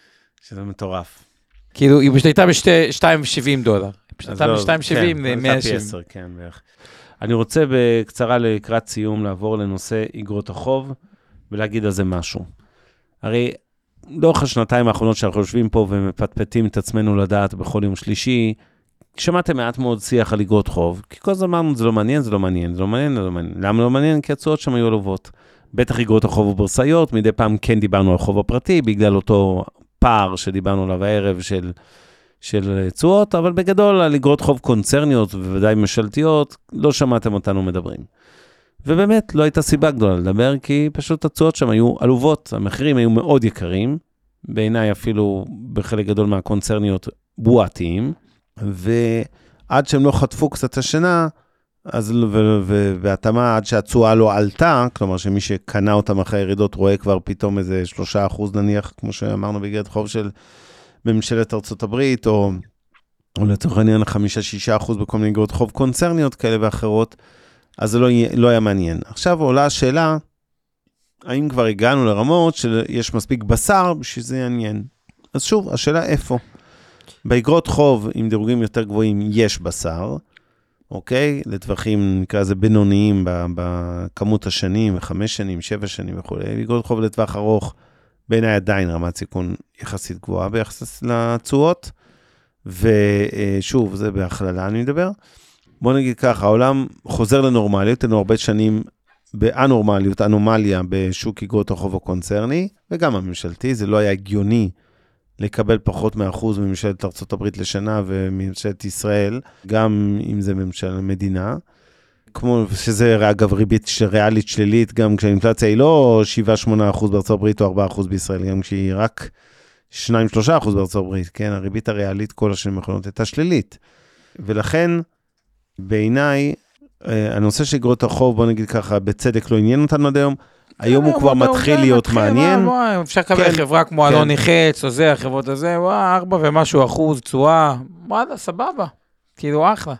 שזה מטורף. כאילו, היא הייתה ב-שתיים ושבעים דולר. הייתה ב-שתיים ושבעים ל-מאה ושבעים. כן, בערך. אני רוצה בקצרה לקראת סיום לעבור לנושא איגרות החוב, ולהגיד על זה משהו. הרי לאורך השנתיים האחרונות שאנחנו יושבים פה ומפטפטים את עצמנו לדעת בכל יום שלישי, שמעתם מעט מאוד שיח על איגרות חוב, כי כל הזמן אמרנו, זה לא מעניין, זה לא מעניין, זה לא מעניין, זה לא מעניין. למה לא מעניין? כי התשואות שם היו עלובות. בטח איגרות החוב ובורסאיות, מדי פעם כן דיברנו על חוב הפרטי, בגלל אותו פער שדיברנו עליו הערב של... של תשואות, אבל בגדול על איגרות חוב קונצרניות ובוודאי ממשלתיות, לא שמעתם אותנו מדברים. ובאמת לא הייתה סיבה גדולה לדבר, כי פשוט התשואות שם היו עלובות, המחירים היו מאוד יקרים, בעיניי אפילו בחלק גדול מהקונצרניות בועתיים, ועד שהם לא חטפו קצת השנה, אז בהתאמה עד שהתשואה לא עלתה, כלומר שמי שקנה אותם אחרי הירידות רואה כבר פתאום איזה שלושה אחוז נניח, כמו שאמרנו באיגרת חוב של בממשלת ארצות הברית, או, או לצורך העניין חמישה שישה אחוז בכל מיני איגרות חוב קונצרניות כאלה ואחרות, אז זה לא, לא היה מעניין. עכשיו עולה השאלה, האם כבר הגענו לרמות שיש מספיק בשר בשביל זה יעניין? אז שוב, השאלה איפה? באגרות חוב עם דירוגים יותר גבוהים יש בשר, אוקיי? לטווחים נקרא זה בינוניים בכמות השנים, חמש שנים, שבע שנים וכו'. באגרות חוב לטווח ארוך, בעיניי עדיין רמת סיכון יחסית גבוהה ביחס לתשואות, ושוב, זה בהכללה אני מדבר. בוא נגיד ככה, העולם חוזר לנורמליות, היינו הרבה שנים באנורמליות, אנומליה בשוק אגרות החוב הקונצרני, וגם הממשלתי, זה לא היה הגיוני לקבל פחות מאחוז מממשלת ארצות הברית לשנה וממשלת ישראל, גם אם זה ממשל המדינה, כמו שזה אגב ריבית ריאלית שלילית, גם כשהאינפלציה היא לא שבע שמונה אחוז בארצות הברית או ארבעה אחוז בישראל, גם כשהיא רק שניים שלושה אחוז בארצות הברית, כן, הריבית הריאלית כל השנים האחרונות הייתה שלילית. ולכן, בעיניי, הנושא של אגרות החוב, בוא נגיד ככה, בצדק לא עניין אותנו עד היום, היום הוא כבר מתחיל להיות מעניין. אפשר לקבל חברה כמו אלוני חץ, או זה, החברות הזה, ארבע ומשהו אחוז, תשואה, וואלה, סבבה, כאילו אחלה.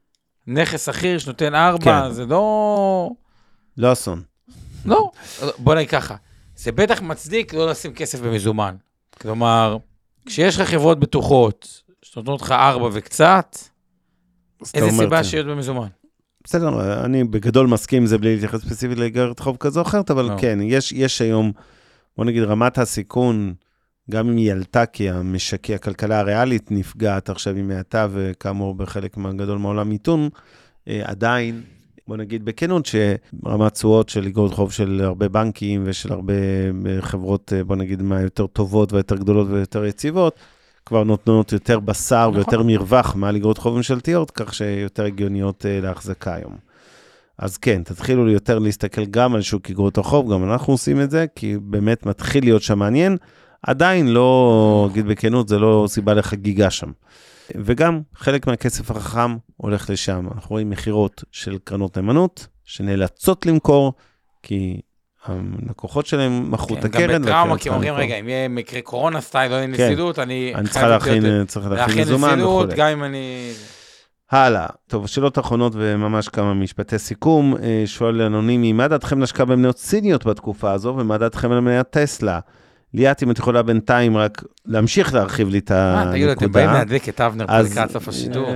נכס אחיר שנותן ארבע, זה לא... לא אסון. לא, בוא נגיד ככה, זה בטח מצדיק לא לשים כסף במזומן. כלומר, כשיש לך חברות בטוחות, שנותנות לך ארבע וקצת, איזה סיבה שיהיה במזומן? בסדר, אני בגדול מסכים זה בלי להתייחס ספציפית לאגרת חוב כזו או אחרת, אבל כן, יש, יש היום, בוא נגיד, רמת הסיכון, גם אם היא עלתה, כי המשקי, הכלכלה הריאלית נפגעת עכשיו עם מעטה, וכאמור בחלק מהגדול מהעולם מיתון, עדיין, בוא נגיד בכנות, שרמת תשואות של אגרות חוב של הרבה בנקים, ושל הרבה חברות, בוא נגיד, מה יותר טובות, ויותר גדולות ויותר יציבות, כבר נותנות יותר בשר ויותר מרווח מעל אגרות חוב ממשלתיות, כך שיותר הגיוניות להחזקה היום. אז כן, תתחילו יותר להסתכל גם על שוק אגרות החוב, גם אנחנו עושים את זה, כי באמת מתחיל להיות שם מעניין, עדיין לא, אגיד בכנות, זה לא סיבה לחגיגה שם. וגם חלק מהכסף החכם הולך לשם. אנחנו רואים מחירות של קרנות נאמנות, שנאלצות למכור, כי הלקוחות שלהם מכרו את הקרן. גם בטראומה, כי אומרים, רגע, אם יהיה מקרה קורונה סטייל, לא יהיה נסידות, אני צריכה להכין מזומן וכו'. גם אם אני... הלאה. טוב, שאלות אחרונות וממש כמה משפטי סיכום. שואל אנונימי, מה דעתכם להשקעה במניות סיניות בתקופה הזו, ומה דעתכם על מניית טסלה? ליאת, אם את יכולה בינתיים רק להמשיך להרחיב לי את הנקודה. תגידו, אתם באים להדליק את אבנר פה לקראת סוף השידור.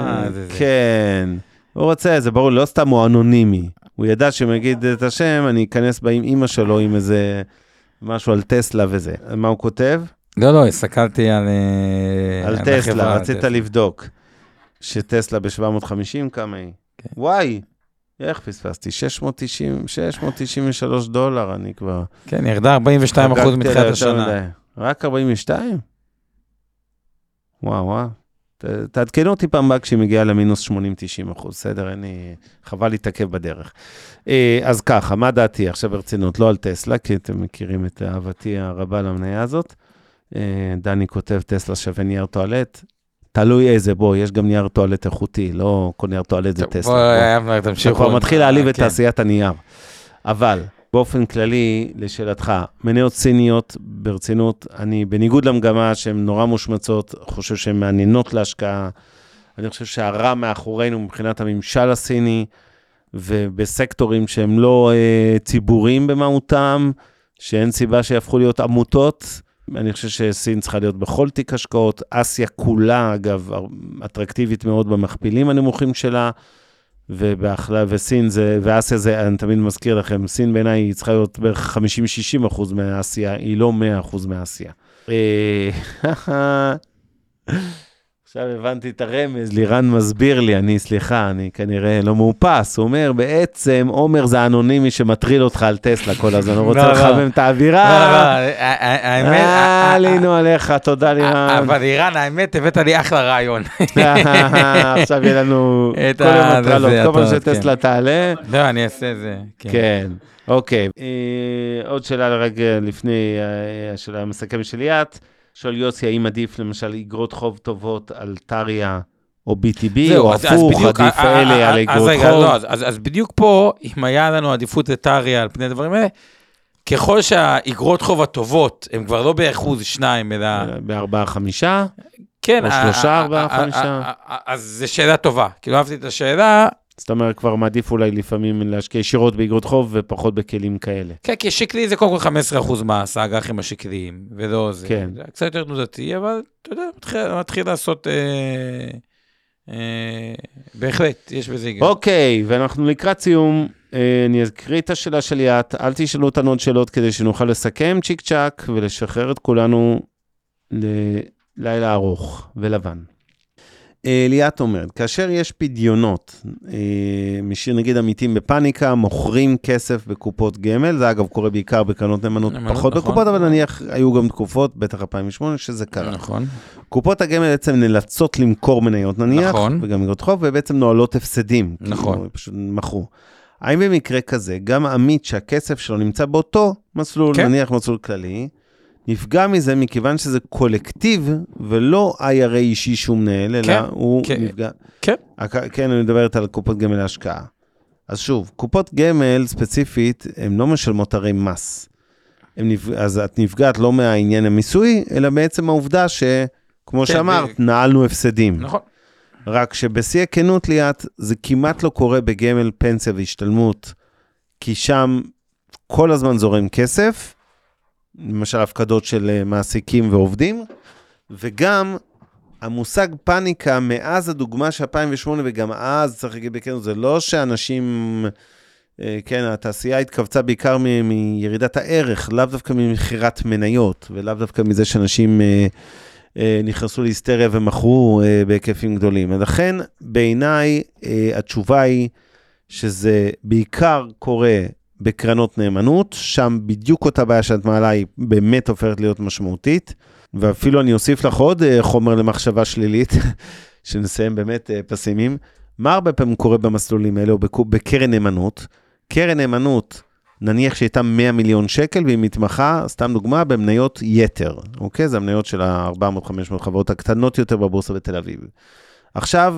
כן. הוא רוצה, זה ברור, לא סתם הוא אנונימי. הוא ידע שמגיד את השם, אני אכנס בה עם אמא שלו, עם איזה משהו על טסלה וזה. מה הוא כותב? לא, לא, הסתכלתי על... על טסלה, רצית לבדוק. שטסלה ב-שבע מאות וחמישים, כמה היא? וואי, איך פספסתי? שש מאות תשעים ושלוש דולר, אני כבר... כן, ירדה ארבעים ושתיים אחוז מתחילת השנה. רק ארבעים ושתיים? וואו, וואו. תעדכנו אותי פעם בה כשהיא מגיעה למינוס שמונים תשעים אחוז, בסדר? אני חבל להתעכב בדרך. אז ככה, מה דעתי? עכשיו ברצינות, לא על טסלה, כי אתם מכירים את אהבתי הרבה למניה הזאת. דני כותב, טסלה שווה נייר טואלט. תלוי איזה, בוא, יש גם נייר טואלט איכותי, לא כל נייר טואלט זה טסלה. בוא, אתה כבר מתחיל להעליב את תעשיית הנייר. אבל, באופן כללי, לשאלתך, מניות סיניות ברצינות, אני בניגוד למגמה שהן נורא מושמצות, חושב שהן מעניינות להשקעה, אני חושב שהרע מאחורינו מבחינת הממשל הסיני, ובסקטורים שהם לא אה, ציבוריים במהותם, שאין סיבה שיהפכו להיות עמותות, אני חושב שסין צריכה להיות בכל תיק השקעות, אסיה כולה, אגב, אטרקטיבית מאוד במכפילים הנמוכים שלה, ובאחלה, וסין זה, ואסיה זה, אני תמיד מזכיר לכם, סין בעיניי היא צריכה להיות בערך חמישים שישים אחוז מהאסיה, היא לא מאה אחוז מהאסיה. עכשיו הבנתי את הרמז, לירן מסביר לי, אני סליחה, אני כנראה לא מאופס, הוא אומר, בעצם עומר זה אנונימי שמטריל אותך על טסלה כל הזמן, הוא רוצה לחמם את האווירה. האמת... עלינו עליך, תודה לירן. אבל לירן, האמת, הבאת לי אחלה רעיון. עכשיו יהיה לנו כל יום מטרלות, כל פעם שטסלה תעלה. לא, אני אעשה את זה. כן, אוקיי. עוד שאלה לרגע לפני השאלה המסכם של ליאת. שואל יוסי, האם עדיף למשל אגרות חוב טובות על טריה או בי טי בי, או הפוך, עדיף אלה על אגרות חוב? אז בדיוק פה, אם היה לנו עדיפות לטריה על פני הדברים האלה, ככל שהאגרות חוב הטובות, הם כבר לא באחוז שניים, אלא... בארבעה חמישה? כן. או שלושה, ארבעה, חמישה? אז זו שאלה טובה. כאילו אהבתי את השאלה, זאת אומרת, כבר מעדיף אולי לפעמים להשקיע ישירות באגרות חוב ופחות בכלים כאלה. כן, כי שקלי זה קודם כל חמישה עשר אחוז מס, האג"חים השקליים, ולא זה. כן. זה קצת יותר תנודתי, אבל אתה יודע, מתחיל, מתחיל לעשות... אה, אה, בהחלט, יש בזה היגיון. אוקיי, ואנחנו לקראת סיום, אה, אני אקריא את השאלה של ליאת, אל תשאלו אותנו עוד שאלות כדי שנוכל לסכם צ'יק צ'ק ולשחרר את כולנו ללילה ארוך ולבן. ליאת אומרת, כאשר יש פדיונות, משאיר נגיד עמיתים בפאניקה, מוכרים כסף בקופות גמל, זה אגב קורה בעיקר בקרנות נאמנות, פחות בקופות, אבל נניח היו גם תקופות, בטח אלפיים ושמונה, שזה קרה. נכון. קופות הגמל בעצם נאלצות למכור מניות נניח, נכון. וגם אגרות חוב, ובעצם נועלות הפסדים. נכון. פשוט מכרו. האם במקרה כזה, גם עמית שהכסף שלו נמצא באותו מסלול, כן. נניח מסלול כללי, נפגע מזה מכיוון שזה קולקטיב, ולא איי אר איי אישי שהוא מנהל, אלא כן, הוא כן, נפגע. כן. כן, אני מדברת על קופות גמל להשקעה. אז שוב, קופות גמל ספציפית, הן לא משלמות הרי מס. נפג... אז את נפגעת לא מהעניין המיסוי, אלא בעצם העובדה שכמו כן, שאמרת, ו... נעלנו הפסדים. נכון. רק שבשיא הכנות ליאת, זה כמעט לא קורה בגמל פנסיה והשתלמות, כי שם כל הזמן זורם כסף, למשל הפקדות של מעסיקים ועובדים, וגם המושג פאניקה, מאז הדוגמה של אלפיים ושמונה, וגם אז צריך להגיד בכנות, זה לא שאנשים, כן, התעשייה התכווצה בעיקר מ- מירידת הערך, לאו דווקא ממחירת מניות, ולאו דווקא מזה שאנשים נכנסו להיסטריה ומכרו בהיקפים גדולים. לכן, בעיניי, התשובה היא שזה בעיקר קורה בקרנות נאמנות, שם בדיוק אותה בעיה שאת מעלה היא באמת הופכת להיות משמעותית, ואפילו אני אוסיף לך עוד חומר למחשבה שלילית, שנסיים באמת פסימיים. מה הרבה פעמים קורה במסלולים האלה, או בקרן נאמנות? קרן נאמנות, נניח שהייתה מאה מיליון שקל, והיא מתמחה, סתם דוגמה, במניות יתר, אוקיי? זה המניות של ה-ארבע מאות חמש מאות חברות הקטנות יותר בבורסה בתל אביב. עכשיו,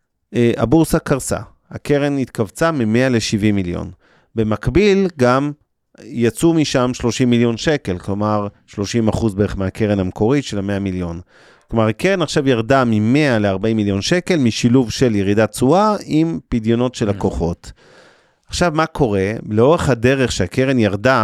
הבורסה קרסה, הקרן התכווצה מ-מאה ל-שבעים מיליון. במקביל גם יצאו משם שלושים מיליון שקל, כלומר שלושים אחוז בערך מהקרן המקורית של ה-מאה מיליון. כלומר, הקרן עכשיו ירדה מ-מאה ל-ארבעים מיליון שקל, משילוב של ירידת תשואה עם פדיונות של לקוחות. עכשיו, מה קורה? לאורך הדרך שהקרן ירדה,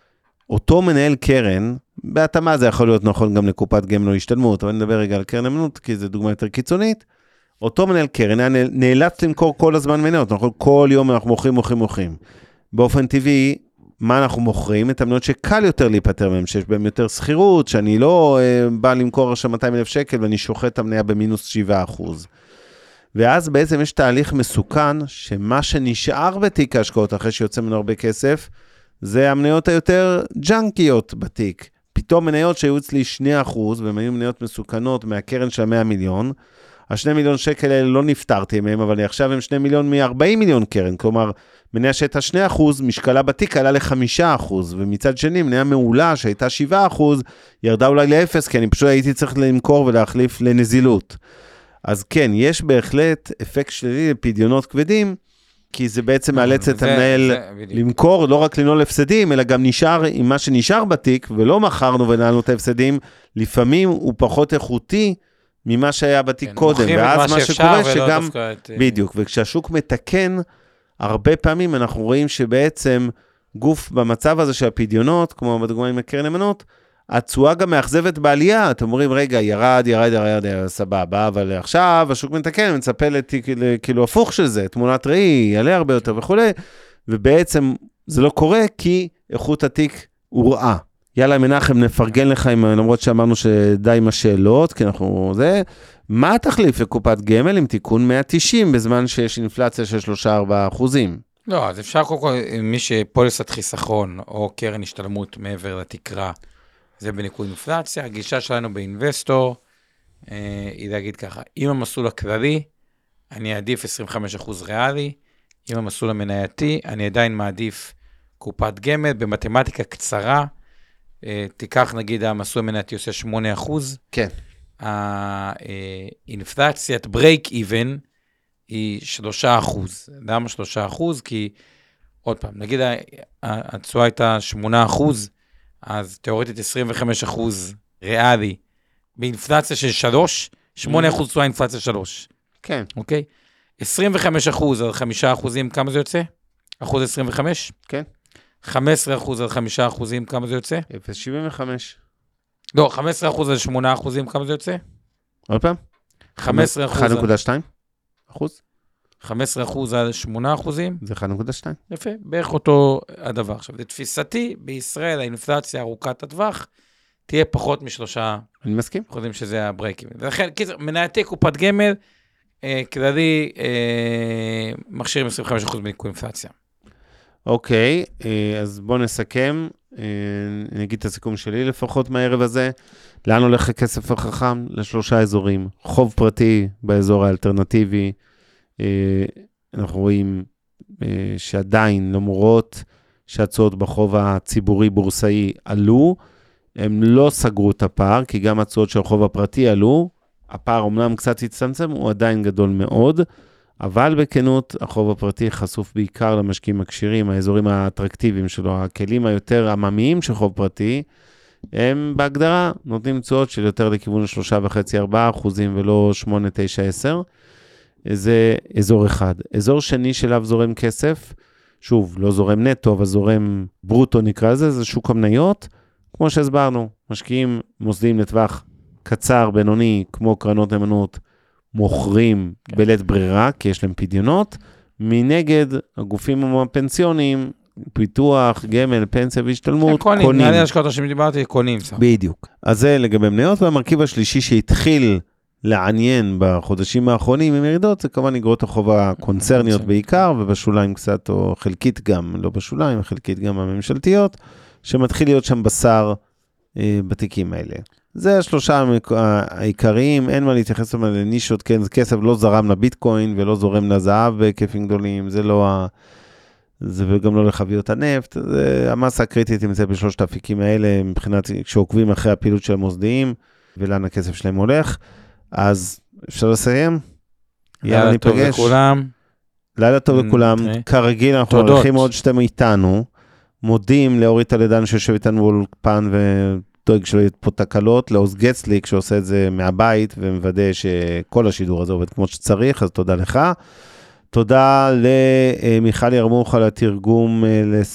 אותו מנהל קרן, בהתאמה זה יכול להיות נכון גם לקופת גמל או השתלמות, אבל נדבר רגע על קרן נאמנות, כי זו דוגמה יותר קיצונית, אותו מנהל קרן היה נאלץ למכור כל הזמן מניות, נכון? כל יום אנחנו מוכרים, מוכרים, מוכרים. באופן טבעי, מה אנחנו מוכרים? את המניות שקל יותר להיפטר מהם, שיש בהם יותר סחירות, שאני לא אה, בא למכור עכשיו מאתיים אלף שקל, ואני שוחט את המניה במינוס שבעה אחוז. ואז בעצם יש תהליך מסוכן, שמה שנשאר בתיק ההשקעות, אחרי שיוצא ממנו הרבה כסף, זה המניות היותר ג'אנקיות בתיק. פתאום מניות שהיו אצלי שני אחוז, והן היו מניות מסוכנות מהקרן של מאה מיליון, השני מיליון שקל האלה לא נפטרתי מהם, אבל עכשיו הם שני מיליון מ-ארבעים מיליון קרן, כלומר, מניה שהייתה שני אחוז, משקלה בתיק עלה ל-חמישה אחוז, ומצד שני, מניה מעולה שהייתה שבעה אחוז, ירדה אולי ל-אפס, כי אני פשוט הייתי צריך למכור ולהחליף לנזילות. אז כן, יש בהחלט אפקט שלילי לפדיונות כבדים, כי זה בעצם מאלץ את המנהל למכור, לא רק לנעול הפסדים, אלא גם נשאר עם מה שנשאר בתיק, ולא מכרנו ונעלנו את ההפסדים, לפעמים הוא פחות איכותי, ממה שהיה בתיק כן, קודם, ואז מה שקורה שגם, את... בדיוק, וכשהשוק מתקן, הרבה פעמים אנחנו רואים שבעצם גוף במצב הזה של הפדיונות, כמו בדוגמה עם הקרן נאמנות, התשואה גם מאכזבת בעלייה, אתם אומרים, רגע, ירד, ירד, ירד, ירד, סבבה, אבל עכשיו השוק מתקן, מצפה כאילו הפוך של זה, תמונת ראי, יעלה הרבה יותר וכו', ובעצם זה לא קורה, כי איכות התיק הוא רעה. יאללה, מנחם, נפרגן לך, למרות שאמרנו שדי עם השאלות, כי אנחנו זה, מה התחליף לקופת גמל עם תיקון מאה תשעים, בזמן שיש אינפלציה של שלושה עד ארבעה אחוזים? לא, אז אפשר קודם כל, מי שפוליסת חיסכון, או קרן השתלמות מעבר לתקרה, זה בניקוד אינפלציה, הגישה שלנו באינבסטור, אה, היא להגיד ככה, אם המסלול הכללי, אני אעדיף עשרים וחמישה אחוז ריאלי, אם המסלול המנייתי, אני עדיין מעדיף קופת גמל, במתמטיקה קצרה, תיקח נגיד המסלול המנייתי עושה שמונה אחוז, כן. האינפלציית ברייק איבן היא שלושה אחוז. למה שלושה אחוז? כי, עוד פעם, נגיד התשואה הייתה שמונה אחוז, אז תיאורטית עשרים וחמישה אחוז ריאלי, באינפלציה של שלוש, שמונה אחוז תשואה אינפלציה שלוש. כן. אוקיי? עשרים וחמישה אחוז על חמישה אחוזים, כמה זה יוצא? אחוז עשרים וחמש? כן. חמישה עשר אחוז על חמישה אחוזים, כמה זה יוצא? אפס נקודה שבעים וחמש. לא, חמישה עשר אחוז על שמונה אחוזים, כמה זה יוצא? עוד פעם? חמישה עשר אחוז אחד נקודה שתיים אחוז? חמישה עשר אחוז על שמונה אחוזים? זה אחד נקודה שתיים. יפה, בערך אותו הדבר. עכשיו, לתפיסתי, בישראל האינפלציה ארוכת הטווח, תהיה פחות משלושה אני מסכים. אחוזים שזה הברייקים. ולכן, קיצר, מנהלתי קופת גמל, אה, כללי, אה, מכשירים עשרים וחמישה אחוז מניקוי אינפלציה. אוקיי, אז בוא נסכם, נגיד את הסיכום שלי לפחות מהערב הזה, לאן הולך הכסף החכם? לשלושה אזורים, חוב פרטי באזור האלטרנטיבי, אנחנו רואים שעדיין למרות שהצעות בחוב הציבורי בורסאי עלו, הם לא סגרו את הפער, כי גם הצעות של החוב הפרטי עלו, הפער אומנם קצת הצטמצם, הוא עדיין גדול מאוד, אבל בכנות, החוב הפרטי חשוף בעיקר למשקיעים הקשירים, האזורים האטרקטיביים שלו, הכלים היותר עממיים של חוב פרטי, הם בהגדרה נותנים תשואות של יותר לכיוון שלושה וחצי ארבעה אחוזים ולא שמונה תשע עשר. זה אזור אחד. אזור שני שלב זורם כסף, שוב, לא זורם נטו, אבל זורם ברוטו נקרא לזה, זה שוק המניות, כמו שהסברנו, משקיעים מוסדיים לטווח קצר, בינוני, כמו קרנות נאמנות, מוכרים כן. בלית ברירה, כי יש להם פדיונות, מנגד הגופים הפנסיוניים, פיתוח, גמל, פנסיה והשתלמות, קונים. קונים. נעלי השקעות השם דיברתי, קונים. בדיוק. אז זה לגבי מניות, והמרכיב השלישי שהתחיל לעניין בחודשים האחרונים עם ירידות, זה כמובן אגרות החוב הקונצרניות בעיקר, ובשוליים קצת, או חלקית גם, לא בשוליים, חלקית גם הממשלתיות, שמתחיל להיות שם בשר אה, בתיקים האלה. זה השלושה העיקריים, אין מה להתייחס לנישות, כן, זה כסף לא זרם לביטקוין, ולא זורם לזהב בהיקפים גדולים, זה לא ה... זה גם לא לחביות הנפט, זה המסה הקריטית עם זה בשלושת האפיקים האלה, מבחינת כשעוקבים אחרי הפעילות של המוסדיים, ולאן הכסף שלהם הולך, אז אפשר לסיים? יאללה, ניפגש. לילה טוב לכולם. לילה טוב לכולם. כרגיל, אנחנו מעריכים מאוד שאתם איתנו, מודים לאורית טולדנו שיושב איתנו באולפן ודואג שלא יהיו פה תקלות, לעוז גצליק שעושה את זה מהבית, ומוודא שכל השידור הזה עובד כמו שצריך, אז תודה לך. תודה למיכל ירמוך על התרגום,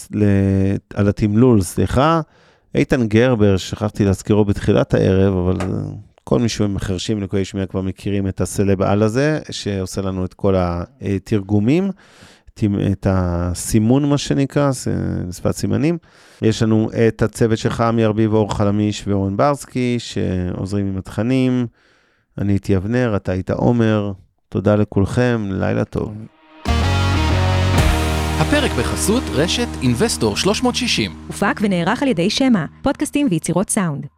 על התמלול, סליחה. איתן גרבר, שכחתי להזכירו בתחילת הערב, אבל כל מי שמחרשים לקויי שמיעה כבר מכירים את הסלב על הזה, שעושה לנו את כל התרגומים, את הסימון מה שנקרא, שפת סימנים. יש לנו את הצוות שלך, עמי ארביב, אור חלמיש ואורן ברסקי, שעוזרים עם התכנים. אני הייתי אבנר, אתה היית עומר. תודה לכולכם, לילה טוב. הפרק בחסות רשת אינבסטור שלוש מאות שישים. הופק ונערך על ידי שמה, פודקאסטים ויצירות סאונד.